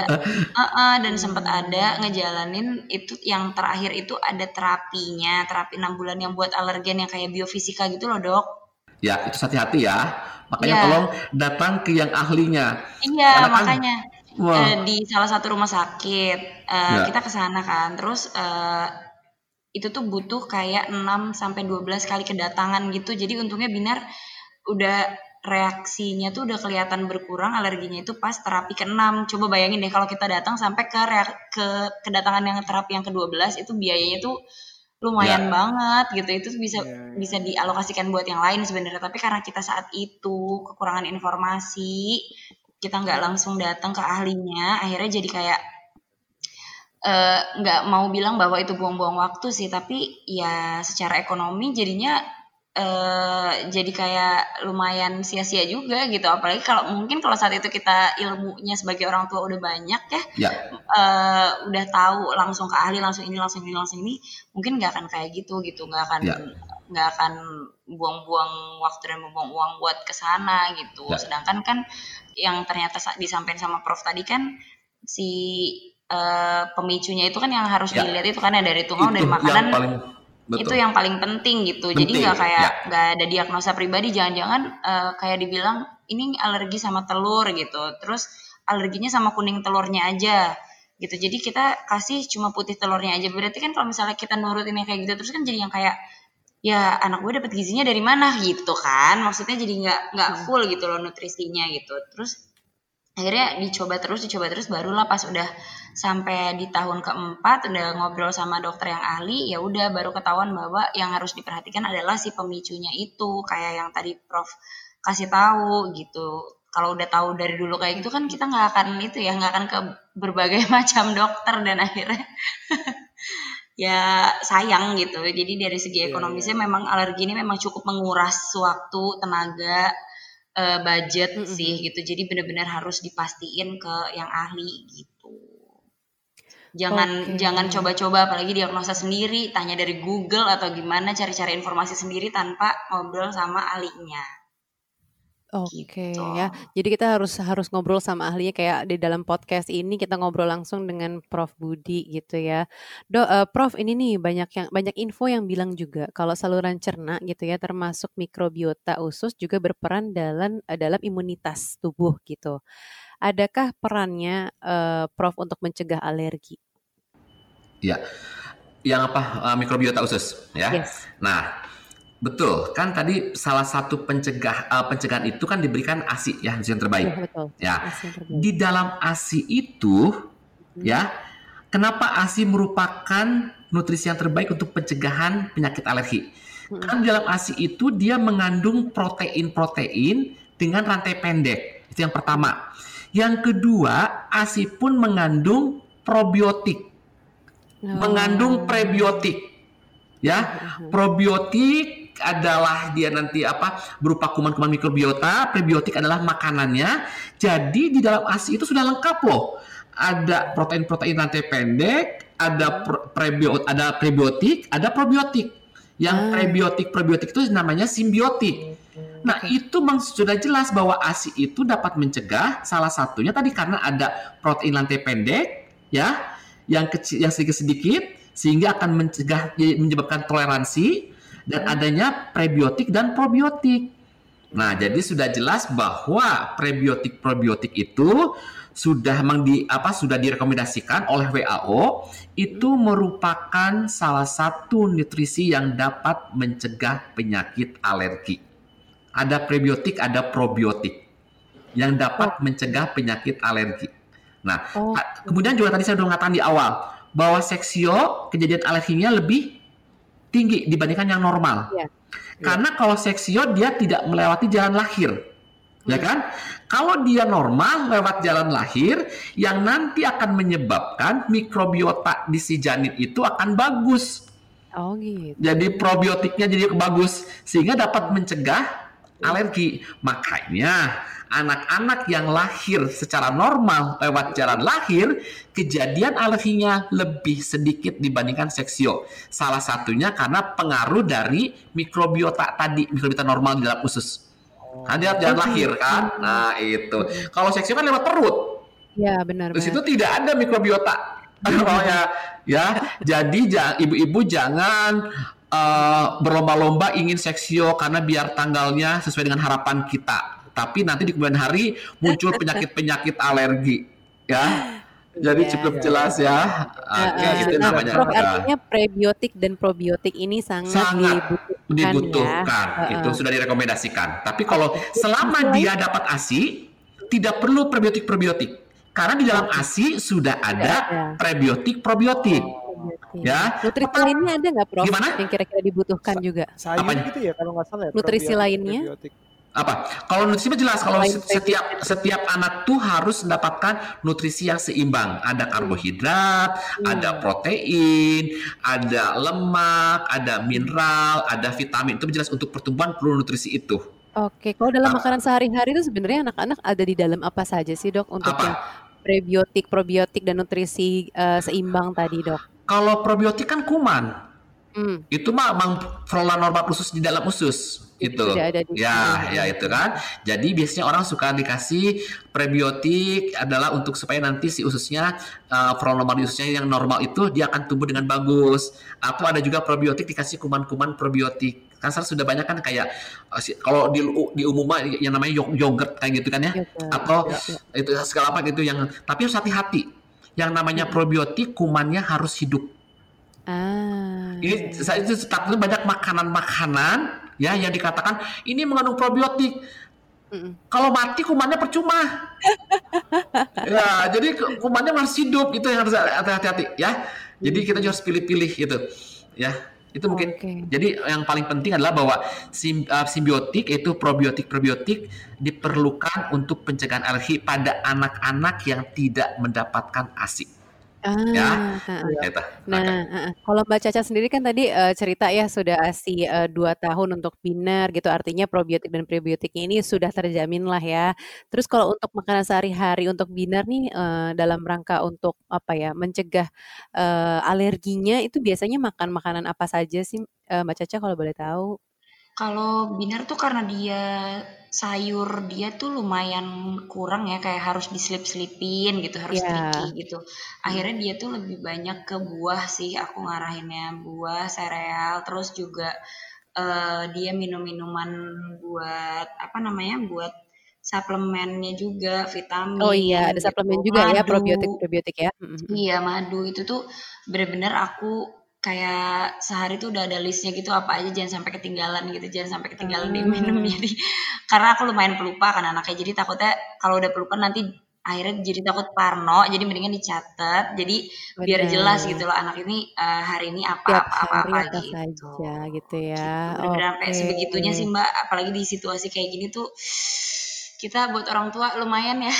ada ngejalanin itu. Yang terakhir itu ada terapi 6 bulan yang buat alergen yang kayak biofisika gitu loh, Dok. Ya, itu hati-hati ya. Makanya tolong datang ke yang ahlinya. Iya, makanya di salah satu rumah sakit kita ke sana kan. Terus itu tuh butuh kayak 6-12 kali kedatangan gitu. Jadi untungnya Binar udah reaksinya tuh udah kelihatan berkurang alerginya itu pas terapi ke-6. Coba bayangin deh kalau kita datang sampai ke kedatangan yang terapi yang ke-12 itu biayanya tuh lumayan banget gitu. Itu bisa dialokasikan buat yang lain sebenarnya, tapi karena kita saat itu kekurangan informasi, kita nggak langsung datang ke ahlinya, akhirnya jadi kayak nggak mau bilang bahwa itu buang-buang waktu sih, tapi ya secara ekonomi jadinya jadi kayak lumayan sia-sia juga gitu. Apalagi kalau saat itu kita ilmunya sebagai orang tua udah banyak udah tahu langsung ke ahli, langsung ini, mungkin nggak akan kayak gitu, nggak akan buang-buang waktu dan membuang uang buat kesana gitu. Sedangkan kan yang ternyata disampaikan sama Prof tadi kan si pemicunya itu kan yang harus dilihat itu kan dari tungau, dari makanan. Itu yang paling penting gitu. Jadi nggak ada diagnosa pribadi. Jangan-jangan kayak dibilang ini alergi sama telur gitu, terus alerginya sama kuning telurnya aja gitu. Jadi kita kasih cuma putih telurnya aja. Berarti kan kalau misalnya kita nurutin yang kayak gitu terus kan jadi yang kayak, ya anak gue dapet gizinya dari mana gitu kan. Maksudnya jadi nggak full gitu loh nutrisinya gitu. Terus akhirnya dicoba terus barulah pas udah sampai di tahun keempat udah ngobrol sama dokter yang ahli, ya udah baru ketahuan bahwa yang harus diperhatikan adalah si pemicunya itu, kayak yang tadi Prof kasih tahu gitu. Kalau udah tahu dari dulu kayak gitu kan kita nggak akan ke berbagai macam dokter, dan akhirnya ya sayang gitu. Jadi dari segi ekonomisnya memang alergi ini memang cukup menguras waktu, tenaga, budget sih gitu. Jadi benar-benar harus dipastiin ke yang ahli gitu. Jangan coba-coba apalagi diagnosa sendiri, tanya dari Google atau gimana, cari-cari informasi sendiri tanpa ngobrol sama ahlinya. Oke, ya. Jadi kita harus ngobrol sama ahlinya, kayak di dalam podcast ini kita ngobrol langsung dengan Prof Budi gitu ya. Prof, ini nih banyak info yang bilang juga kalau saluran cerna gitu ya, termasuk mikrobiota usus juga berperan dalam imunitas tubuh gitu. Adakah perannya Prof untuk mencegah alergi? Ya, yang mikrobiota usus ya. Yes. Nah, betul, kan tadi salah satu pencegahan itu kan diberikan ASI ya, yang terbaik. Ya, betul. Ya. Di dalam ASI itu ya, kenapa ASI merupakan nutrisi yang terbaik untuk pencegahan penyakit alergi? Kan di dalam ASI itu dia mengandung protein-protein dengan rantai pendek Itu yang pertama. Yang kedua, ASI pun mengandung probiotik, mengandung prebiotik. Ya, probiotik adalah dia nanti berupa kuman-kuman mikrobiota, prebiotik adalah makanannya. Jadi di dalam ASI itu sudah lengkap loh. Ada protein-protein rantai pendek, ada prebiotik, ada probiotik. Yang prebiotik itu namanya simbiotik. Nah, itu sudah jelas bahwa ASI itu dapat mencegah, salah satunya tadi karena ada protein rantai pendek, ya, yang kecil, yang sedikit-sedikit, sehingga akan menyebabkan toleransi, dan adanya prebiotik dan probiotik. Nah, jadi sudah jelas bahwa prebiotik-probiotik itu sudah direkomendasikan oleh WHO, itu merupakan salah satu nutrisi yang dapat mencegah penyakit alergi. Ada prebiotik, ada probiotik yang dapat mencegah penyakit alergi. Nah, kemudian juga tadi saya sudah mengatakan di awal bahwa seksio kejadian alerginya lebih tinggi dibandingkan yang normal. Karena kalau seksio dia tidak melewati jalan lahir, ya kan? Kalau dia normal lewat jalan lahir, yang nanti akan menyebabkan mikrobiota di si janin itu akan bagus. Oh gitu. Jadi probiotiknya jadi bagus sehingga dapat mencegah alergi. Makanya anak-anak yang lahir secara normal lewat jalan lahir, kejadian alerginya lebih sedikit dibandingkan seksio. Salah satunya karena pengaruh dari mikrobiota tadi, mikrobiota normal di dalam usus. Kan dia jalan lahir kan. Nah, itu. Kalau seksio kan lewat perut. Ya, benar. Di situ tidak ada mikrobiota. Ya, jadi ibu-ibu jangan berlomba-lomba ingin seksio karena biar tanggalnya sesuai dengan harapan kita. Tapi nanti di kemudian hari muncul penyakit-penyakit alergi, ya. Jadi cukup jelas ya. Itu namanya. Prof, artinya prebiotik dan probiotik ini sangat dibutuhkan. Ya. Itu sudah direkomendasikan. Tapi kalau selama dia dapat ASI, tidak perlu probiotik. Karena di dalam ASI sudah ada prebiotik, probiotik. Ya. Nutrisi lainnya ada nggak, Prof? Gimana? Yang kira-kira dibutuhkan juga? Sayur gitu ya kalau nggak salah ya. Nutrisi lainnya? Probiotik. Kalau nutrisi jelas, kalau setiap anak tuh harus mendapatkan nutrisi yang seimbang. Ada karbohidrat, ada protein, ada lemak, ada mineral, ada vitamin. Itu jelas untuk pertumbuhan perlu nutrisi itu. Oke, kalau dalam makanan sehari-hari itu sebenarnya anak-anak ada di dalam apa saja sih, Dok, untuk yang prebiotik, probiotik dan nutrisi seimbang tadi, Dok? Kalau probiotik kan kuman. Itu mah flora normal usus di dalam usus. Itu ya itu kan. Jadi biasanya orang suka dikasih prebiotik adalah untuk supaya nanti si ususnya flora normal di ususnya yang normal itu dia akan tumbuh dengan bagus. Atau ada juga probiotik dikasih kuman-kuman probiotik. Kan sudah banyak kan kayak kalau di umumnya yang namanya yogurt kayak gitu kan ya. Atau itu segala apa gitu yang, tapi harus hati-hati. Yang namanya probiotik kumannya harus hidup. Ini saya itu takutnya banyak makanan-makanan ya yang dikatakan ini mengandung probiotik. Kalau mati kumannya percuma. Ya, jadi kumannya harus hidup, itu yang harus hati-hati ya. Jadi kita harus pilih-pilih gitu. Ya, itu mungkin. Jadi yang paling penting adalah bahwa simbiotik yaitu probiotik diperlukan untuk pencegahan alergi pada anak-anak yang tidak mendapatkan ASI. Kalau Mbak Caca sendiri kan tadi cerita ya sudah ASI 2 tahun untuk Biner gitu, artinya probiotik dan prebiotiknya ini sudah terjamin lah ya. Terus kalau untuk makanan sehari-hari untuk Biner nih dalam rangka untuk mencegah alerginya itu biasanya makan makanan apa saja sih Mbak Caca kalau boleh tahu? Kalau Biner tuh karena dia sayur dia tuh lumayan kurang ya, kayak harus diselip-selipin gitu, harus tricky gitu. Akhirnya dia tuh lebih banyak ke buah sih, aku ngarahinnya buah, sereal, terus juga dia minum-minuman buat buat suplemennya juga, vitamin. Oh iya, ada suplemen juga ya, probiotik ya. Iya, madu itu tuh bener-bener aku kayak sehari tuh udah ada listnya gitu, apa aja jangan sampai ketinggalan gitu, jangan sampai ketinggalan diminum. Jadi karena aku lumayan pelupa kan anaknya, jadi takutnya kalau udah pelupa nanti akhirnya jadi takut parno, jadi mendingan dicatat, jadi biar jelas gitu loh anak ini hari ini apa gitu. Saja gitu ya. Bener-bener sampai sebegitunya sih Mbak, apalagi di situasi kayak gini tuh Kita buat orang tua lumayan ya.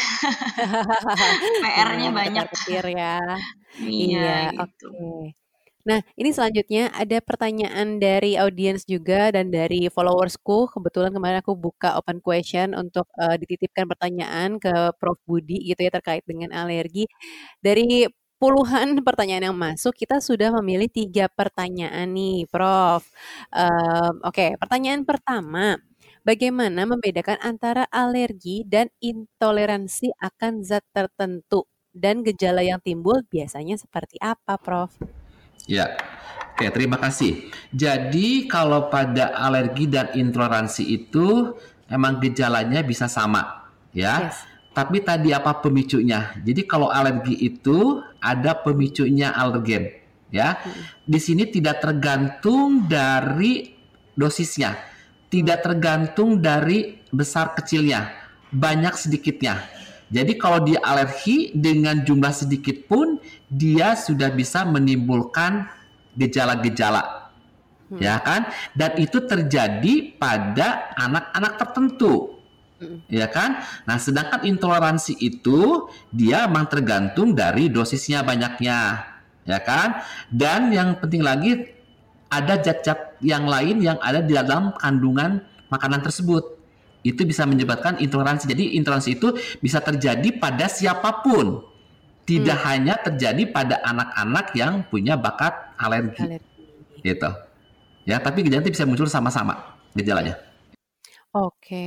PR-nya Lumayan banyak. ketar-ketir ya. Iya, Iya, gitu. oke. Nah, ini selanjutnya ada pertanyaan dari audiens juga dan dari followersku. Kebetulan kemarin aku buka open question untuk dititipkan pertanyaan ke Prof. Budi gitu ya terkait dengan alergi. Dari puluhan pertanyaan yang masuk, kita sudah memilih 3 pertanyaan nih, Prof. Oke, pertanyaan pertama. Bagaimana membedakan antara alergi dan intoleransi akan zat tertentu? Dan gejala yang timbul biasanya seperti apa, Prof? Ya, oke, terima kasih. Jadi kalau pada alergi dan intoleransi itu emang gejalanya bisa sama, ya. Yes. Tapi tadi apa pemicunya? Jadi kalau alergi itu ada pemicunya alergen, ya. Di sini tidak tergantung dari dosisnya, tidak tergantung dari besar kecilnya, banyak sedikitnya. Jadi kalau dia alergi dengan jumlah sedikit pun dia sudah bisa menimbulkan gejala-gejala, ya kan? Dan itu terjadi pada anak-anak tertentu, ya kan? Nah, sedangkan intoleransi itu dia memang tergantung dari dosisnya banyaknya, ya kan? Dan yang penting lagi ada zat-zat yang lain yang ada di dalam kandungan makanan tersebut. Itu bisa menyebabkan intoleransi. Jadi intoleransi itu bisa terjadi pada siapapun. Tidak hanya terjadi pada anak-anak yang punya bakat alergi. Gitu. Ya, tapi gejala bisa muncul sama-sama gejalanya. Oke.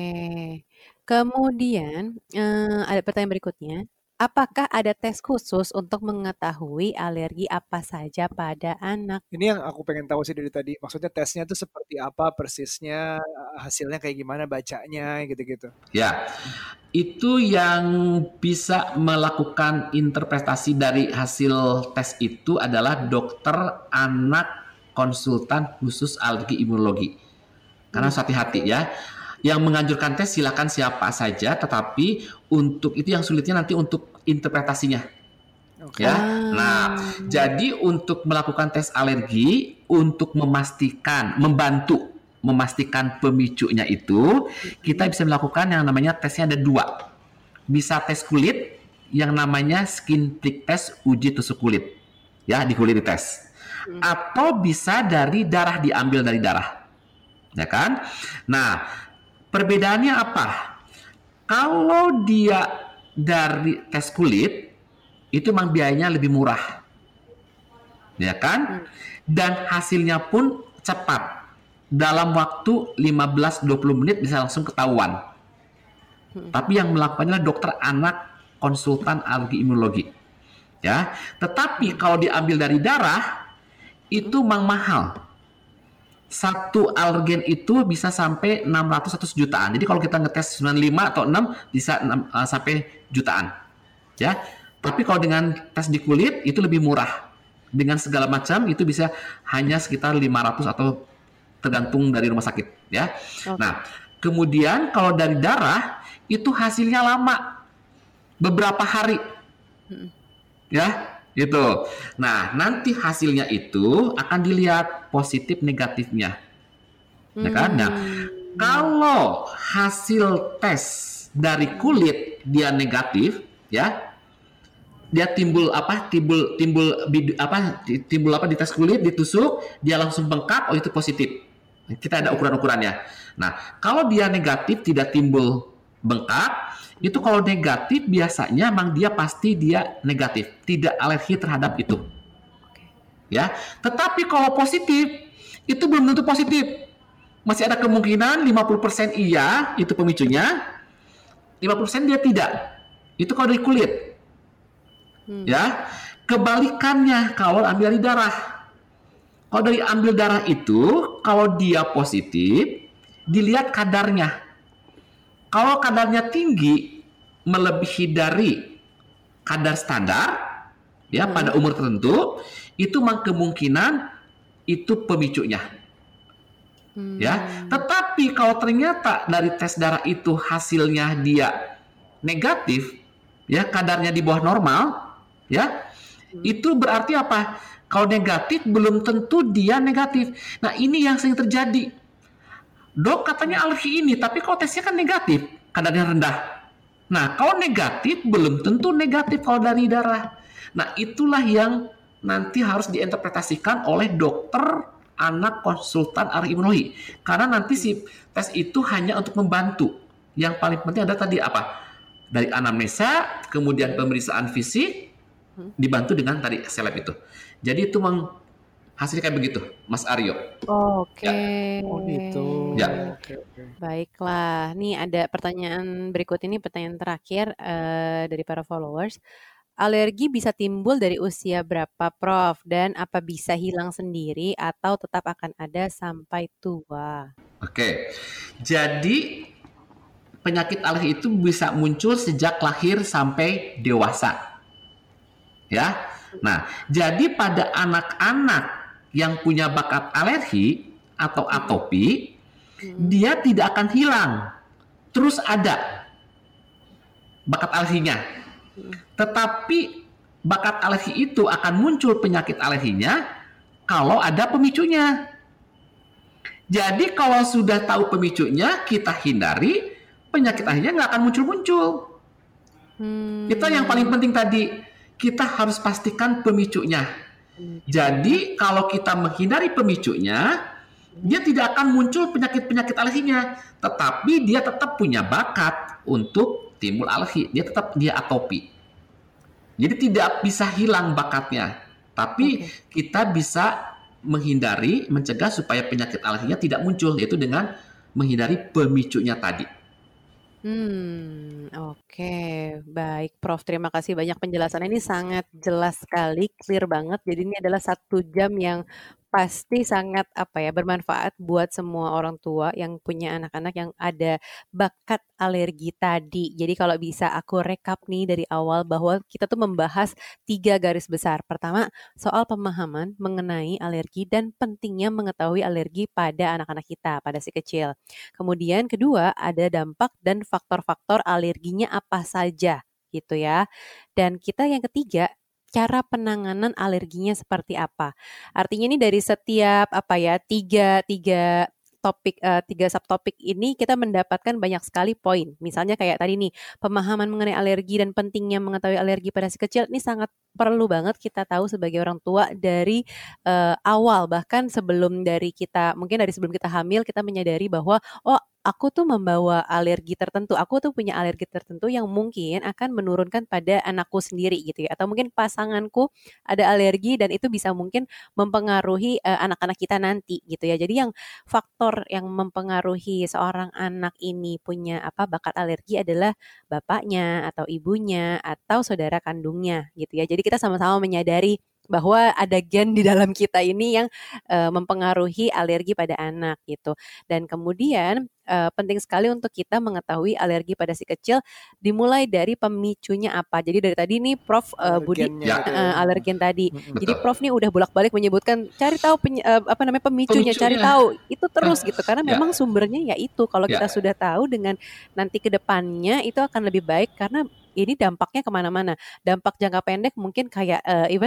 Kemudian ada pertanyaan berikutnya. Apakah ada tes khusus untuk mengetahui alergi apa saja pada anak? Ini yang aku pengen tahu sih dari tadi. Maksudnya tesnya tuh seperti apa persisnya, hasilnya kayak gimana bacanya gitu-gitu. Ya, itu yang bisa melakukan interpretasi dari hasil tes itu adalah dokter anak konsultan khusus alergi imunologi. Karena harus hati-hati ya. Yang menganjurkan tes silakan siapa saja, tetapi untuk itu yang sulitnya nanti untuk interpretasinya. Okay. Ya. Nah, jadi untuk melakukan tes alergi untuk membantu memastikan pemicunya itu, kita bisa melakukan yang namanya tesnya ada 2. Bisa tes kulit yang namanya skin prick test, uji tusuk kulit. Ya, di kulit dites. Atau bisa dari darah, diambil dari darah. Ya kan? Nah, perbedaannya apa? Kalau dia dari tes kulit, itu memang biayanya lebih murah. Ya kan? Dan hasilnya pun cepat. Dalam waktu 15-20 menit bisa langsung ketahuan. Tapi yang melakukannya dokter anak konsultan alergi imunologi. Ya. Tetapi kalau diambil dari darah, itu memang mahal. Satu alergen itu bisa sampai 600 atau jutaan. Jadi kalau kita ngetes 95 atau 6 bisa sampai jutaan. Ya. Tapi kalau dengan tes di kulit itu lebih murah. Dengan segala macam itu bisa hanya sekitar 500 atau tergantung dari rumah sakit, ya. Okay. Nah, kemudian kalau dari darah itu hasilnya lama. Beberapa hari. Ya. Gitu. Nah, nanti hasilnya itu akan dilihat positif negatifnya. Ya kan? Nah, kalau hasil tes dari kulit dia negatif, ya. Dia timbul apa di tes kulit, ditusuk, dia langsung bengkak, oh itu positif. Kita ada ukuran-ukurannya. Nah, kalau dia negatif tidak timbul bengkak, itu kalau negatif biasanya memang dia pasti dia negatif, tidak alergi terhadap itu. Ya, tetapi kalau positif itu belum tentu positif. Masih ada kemungkinan 50% iya itu pemicunya, 50% dia tidak. Itu kalau dari kulit. Ya, kebalikannya kalau ambil dari darah. Kalau dari ambil darah itu, kalau dia positif, dilihat kadarnya. Kalau kadarnya tinggi, melebihi dari kadar standar, ya pada umur tertentu, itu memang kemungkinan itu pemicunya. Ya, tetapi kalau ternyata dari tes darah itu hasilnya dia negatif, ya kadarnya di bawah normal, ya, itu berarti apa? Kalau negatif belum tentu dia negatif. Nah, ini yang sering terjadi. Dok katanya alergi ini, tapi kok tesnya kan negatif. kadarnya rendah. Nah, kalau negatif belum tentu negatif kalau dari darah. Nah, itulah yang nanti harus diinterpretasikan oleh dokter anak konsultan ahli imunologi. Karena nanti si tes itu hanya untuk membantu. Yang paling penting ada tadi apa? Dari anamnesa, kemudian pemeriksaan fisik, dibantu dengan tadi seleb itu. Jadi itu hasilnya kayak begitu, Mas Aryo. Oke. Oh gitu. Ya. Oke, oke. Baiklah, nih ada pertanyaan berikut ini, pertanyaan terakhir dari para followers. Alergi bisa timbul dari usia berapa, Prof? Dan apa bisa hilang sendiri atau tetap akan ada sampai tua? Oke, jadi penyakit alergi itu bisa muncul sejak lahir sampai dewasa. Ya. Nah, jadi pada anak-anak yang punya bakat alergi atau atopi, dia tidak akan hilang. Terus ada bakat alerginya. Tetapi bakat alergi itu akan muncul penyakit alerginya kalau ada pemicunya. Jadi kalau sudah tahu pemicunya, kita hindari, penyakit alerginya nggak akan muncul-muncul. Itu yang paling penting tadi. Kita harus pastikan pemicunya. Jadi kalau kita menghindari pemicunya, dia tidak akan muncul penyakit-penyakit alerginya. Tetapi dia tetap punya bakat untuk timbul alergi. Dia atopi. Jadi tidak bisa hilang bakatnya. Tapi kita bisa menghindari, mencegah supaya penyakit alerginya tidak muncul. Yaitu dengan menghindari pemicunya tadi. Oke, baik Prof. Terima kasih banyak penjelasannya. Ini sangat jelas sekali, clear banget. Jadi ini adalah 1 jam yang pasti sangat bermanfaat buat semua orang tua yang punya anak-anak yang ada bakat alergi tadi. Jadi kalau bisa aku rekap nih dari awal bahwa kita tuh membahas 3 garis besar. Pertama, soal pemahaman mengenai alergi dan pentingnya mengetahui alergi pada anak-anak kita, pada si kecil. Kemudian kedua, ada dampak dan faktor-faktor alerginya apa saja gitu ya. Dan kita yang ketiga, cara penanganan alerginya seperti apa. Artinya ini dari setiap tiga topik, 3 subtopik ini kita mendapatkan banyak sekali poin. Misalnya kayak tadi nih, pemahaman mengenai alergi dan pentingnya mengetahui alergi pada si kecil ini sangat perlu banget kita tahu sebagai orang tua dari awal, bahkan sebelum sebelum kita hamil kita menyadari bahwa aku tuh membawa alergi tertentu, aku tuh punya alergi tertentu yang mungkin akan menurunkan pada anakku sendiri gitu ya, atau mungkin pasanganku ada alergi dan itu bisa mungkin mempengaruhi anak-anak kita nanti gitu ya. Jadi yang faktor yang mempengaruhi seorang anak ini punya bakat alergi adalah bapaknya atau ibunya atau saudara kandungnya gitu ya. Jadi kita sama-sama menyadari bahwa ada gen di dalam kita ini yang mempengaruhi alergi pada anak gitu. Dan kemudian penting sekali untuk kita mengetahui alergi pada si kecil dimulai dari pemicunya apa. Jadi dari tadi nih Prof Budi alergen tadi. Jadi Prof nih udah bolak-balik menyebutkan cari tahu pemicunya, cari tahu itu terus gitu karena memang sumbernya ya itu. Kalau kita sudah tahu dengan nanti ke depannya itu akan lebih baik karena ini dampaknya kemana-mana. Dampak jangka pendek mungkin kayak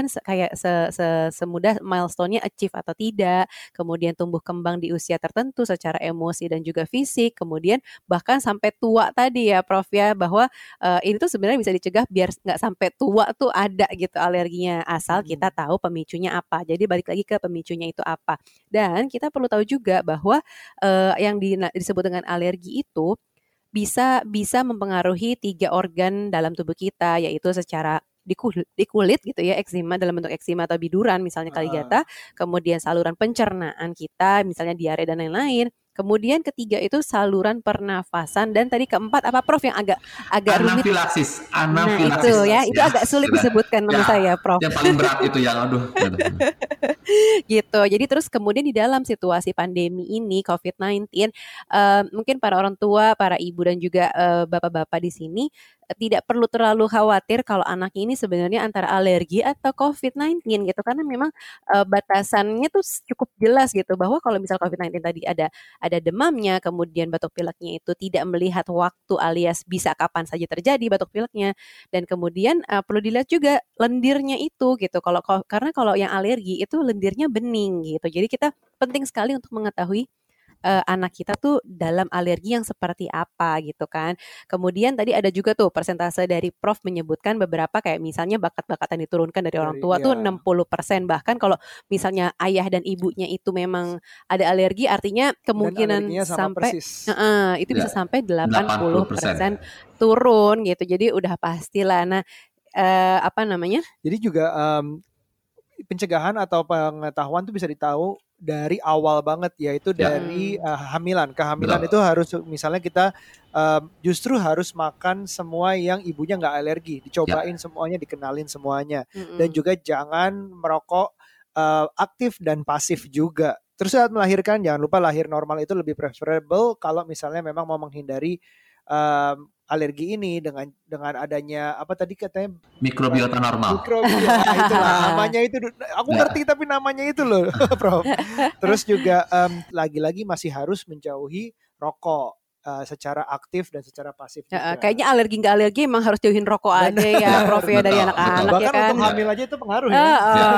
semudah milestone-nya achieve atau tidak, kemudian tumbuh kembang di usia tertentu secara emosi dan juga fisik, kemudian bahkan sampai tua tadi ya Prof ya, bahwa ini tuh sebenarnya bisa dicegah biar nggak sampai tua tuh ada gitu alerginya, asal kita tahu pemicunya apa. Jadi balik lagi ke pemicunya itu apa. Dan kita perlu tahu juga bahwa yang disebut dengan alergi itu bisa mempengaruhi 3 organ dalam tubuh kita, yaitu secara di kulit gitu ya, eksema dalam bentuk eksema atau biduran misalnya Kaligata, kemudian saluran pencernaan kita misalnya diare dan lain-lain. Kemudian ketiga itu saluran pernafasan dan tadi keempat apa Prof yang agak rumit. Anafilaksis. Nah itu ya, itu agak sulit disebutkan menurut saya Prof. Yang paling berat itu yang gitu. Jadi terus kemudian di dalam situasi pandemi ini COVID-19, mungkin para orang tua, para ibu dan juga bapak-bapak di sini tidak perlu terlalu khawatir kalau anaknya ini sebenarnya antara alergi atau COVID-19 gitu karena memang batasannya tuh cukup jelas gitu bahwa kalau misal COVID-19 tadi ada demamnya, kemudian batuk pileknya itu tidak melihat waktu alias bisa kapan saja terjadi batuk pileknya, dan kemudian perlu dilihat juga lendirnya itu gitu. Karena kalau yang alergi itu lendirnya bening gitu. Jadi kita penting sekali untuk mengetahui anak kita tuh dalam alergi yang seperti apa gitu kan. Kemudian tadi ada juga tuh persentase dari Prof menyebutkan beberapa kayak misalnya bakat-bakat yang diturunkan dari orang tua tuh 60%. Bahkan kalau misalnya ayah dan ibunya itu memang ada alergi, artinya kemungkinan sampai itu bisa sampai 80% turun gitu. Jadi udah pastilah. Nah, jadi juga pencegahan atau pengetahuan itu bisa ditahu dari awal banget, yaitu dari kehamilan itu harus misalnya kita justru harus makan semua yang ibunya nggak alergi, dicobain semuanya, dikenalin semuanya, dan juga jangan merokok aktif dan pasif juga. Terus saat melahirkan jangan lupa lahir normal itu lebih preferable kalau misalnya memang mau menghindari alergi ini dengan adanya apa tadi katanya mikrobiota normal. Mikrobiota itulah namanya itu. Aku ngerti tapi namanya itu loh, Prof. Terus juga lagi-lagi masih harus menjauhi rokok secara aktif dan secara pasif juga. Kayaknya alergi nggak alergi emang harus jauhin rokok aja ya, Prof ya, dari anak-anak. Bahkan ya kan? untuk hamil aja itu pengaruh ya.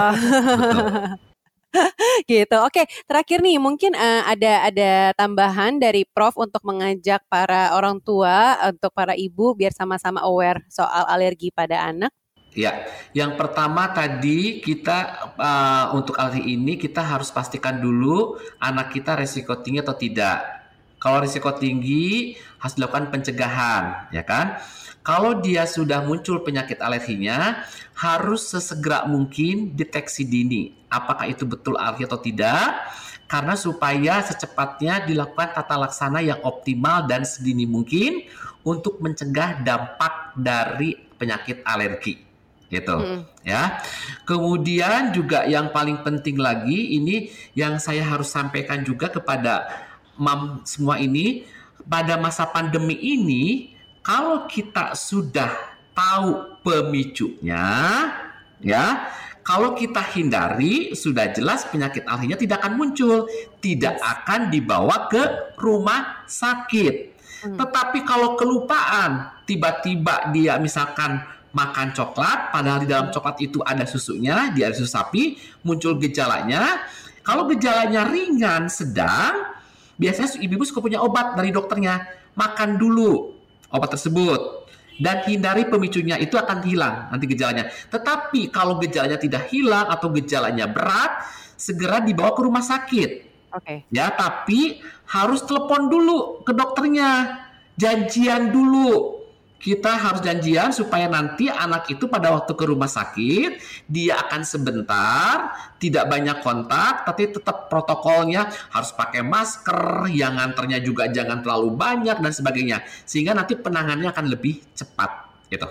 Gitu. Oke, terakhir nih mungkin ada tambahan dari Prof untuk mengajak para orang tua, untuk para ibu biar sama-sama aware soal alergi pada anak. Ya, yang pertama tadi kita untuk alergi ini kita harus pastikan dulu anak kita resiko tinggi atau tidak. Kalau risiko tinggi harus dilakukan pencegahan, ya kan? Kalau dia sudah muncul penyakit alerginya, harus sesegera mungkin deteksi dini. Apakah itu betul alergi atau tidak? Karena supaya secepatnya dilakukan tata laksana yang optimal dan sedini mungkin untuk mencegah dampak dari penyakit alergi. Gitu, ya. Kemudian juga yang paling penting lagi ini yang saya harus sampaikan juga kepada mam semua ini, pada masa pandemi ini kalau kita sudah tahu pemicunya, ya, kalau kita hindari, sudah jelas penyakit alerginya tidak akan muncul, tidak akan dibawa ke rumah sakit. Tetapi kalau kelupaan, tiba-tiba dia misalkan makan coklat, padahal di dalam coklat itu ada susunya, dia ada susu sapi, muncul gejalanya. Kalau gejalanya ringan, sedang, biasanya ibu-ibu suka punya obat dari dokternya. Makan dulu obat tersebut dan hindari pemicunya, itu akan hilang nanti gejalanya. Tetapi kalau gejalanya tidak hilang atau gejalanya berat, segera dibawa ke rumah sakit. Ya, tapi harus telepon dulu ke dokternya, janjian dulu. Kita harus janjian supaya nanti anak itu pada waktu ke rumah sakit, dia akan sebentar, tidak banyak kontak, tapi tetap protokolnya harus pakai masker, yang nganternya juga jangan terlalu banyak dan sebagainya. Sehingga nanti penanganannya akan lebih cepat. Gitu.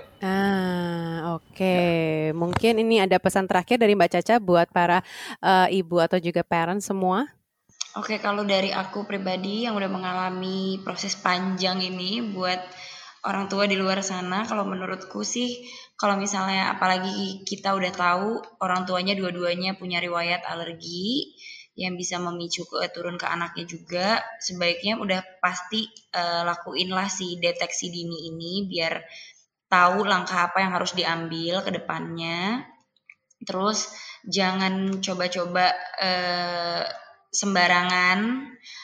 Oke. Mungkin ini ada pesan terakhir dari Mbak Caca buat para ibu atau juga parent semua. Oke, kalau dari aku pribadi yang udah mengalami proses panjang ini buat orang tua di luar sana, kalau menurutku sih, kalau misalnya apalagi kita udah tahu orang tuanya dua-duanya punya riwayat alergi yang bisa memicu turun ke anaknya juga, sebaiknya udah pasti lakuinlah si deteksi dini ini biar tahu langkah apa yang harus diambil ke depannya. Terus jangan coba-coba sembarangan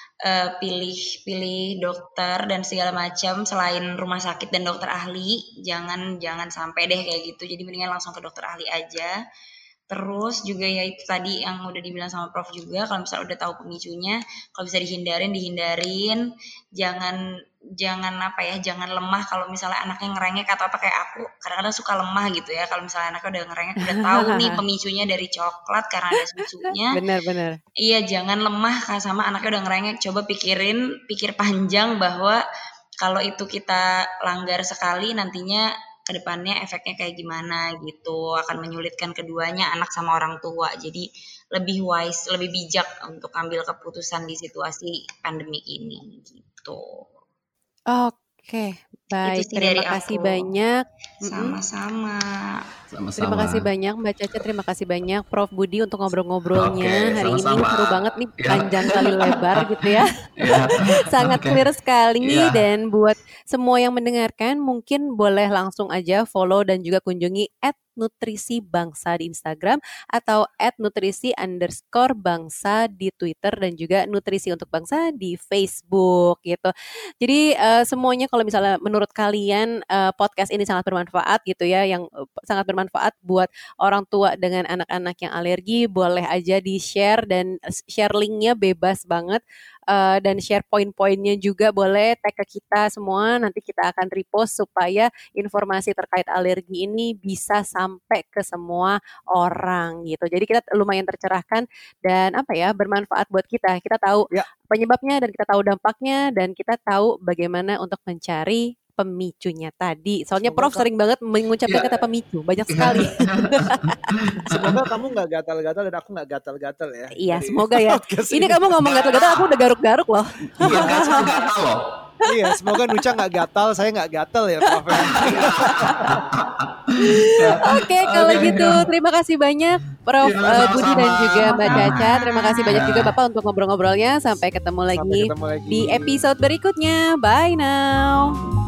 pilih dokter dan segala macam selain rumah sakit dan dokter ahli. Jangan sampai deh kayak gitu. Jadi mendingan langsung ke dokter ahli aja. Terus juga ya itu tadi yang udah dibilang sama Prof juga, kalau misalnya udah tahu pemicunya, kalau bisa dihindarin, jangan lemah kalau misalnya anaknya ngerengek atau apa, kayak aku kadang-kadang suka lemah gitu ya kalau misalnya anaknya udah ngerengek, udah tahu nih pemicunya dari coklat karena ada susunya. Benar. Iya, jangan lemah sama anaknya udah ngerengek, coba pikir panjang bahwa kalau itu kita langgar sekali nantinya kedepannya efeknya kayak gimana gitu, akan menyulitkan keduanya, anak sama orang tua. Jadi lebih wise, lebih bijak untuk ambil keputusan di situasi pandemi ini gitu. Oke, baik. Terima kasih banyak. Sama-sama. Sama-sama. Terima kasih banyak Mbak Caca, terima kasih banyak Prof Budi untuk ngobrol-ngobrolnya hari sama-sama. ini. Seru banget nih, panjang kali lebar gitu ya. Ya. Sangat Oke. clear sekali. Iya. Dan buat semua yang mendengarkan mungkin boleh langsung aja follow dan juga kunjungi @nutrisi_bangsa di Instagram atau @nutrisi_bangsa di Twitter dan juga Nutrisi untuk Bangsa di Facebook gitu. Jadi semuanya kalau misalnya menurut kalian podcast ini sangat bermanfaat gitu ya, yang sangat bermanfaat buat orang tua dengan anak-anak yang alergi, boleh aja di-share dan share linknya bebas banget. Dan share poin-poinnya juga boleh tag ke kita semua, nanti kita akan repost supaya informasi terkait alergi ini bisa sampai ke semua orang gitu. Jadi kita lumayan tercerahkan dan bermanfaat buat kita. Kita tahu penyebabnya dan kita tahu dampaknya dan kita tahu bagaimana untuk mencari pemicunya tadi. Soalnya Prof sering banget mengucapkan kata pemicu, banyak sekali. Semoga kamu nggak gatal-gatal dan aku nggak gatal-gatal ya. Iya, semoga ya. Ini kamu ngomong gatal-gatal, aku udah garuk-garuk loh. Iya kan, saya gatal loh. Iya, semoga Nucha nggak gatal, saya nggak gatal ya, Prof. Oke, kalau gitu terima kasih banyak Prof Budi dan juga Mbak Caca. Terima kasih banyak juga Bapak untuk ngobrol-ngobrolnya. Sampai ketemu lagi di episode berikutnya. Bye now.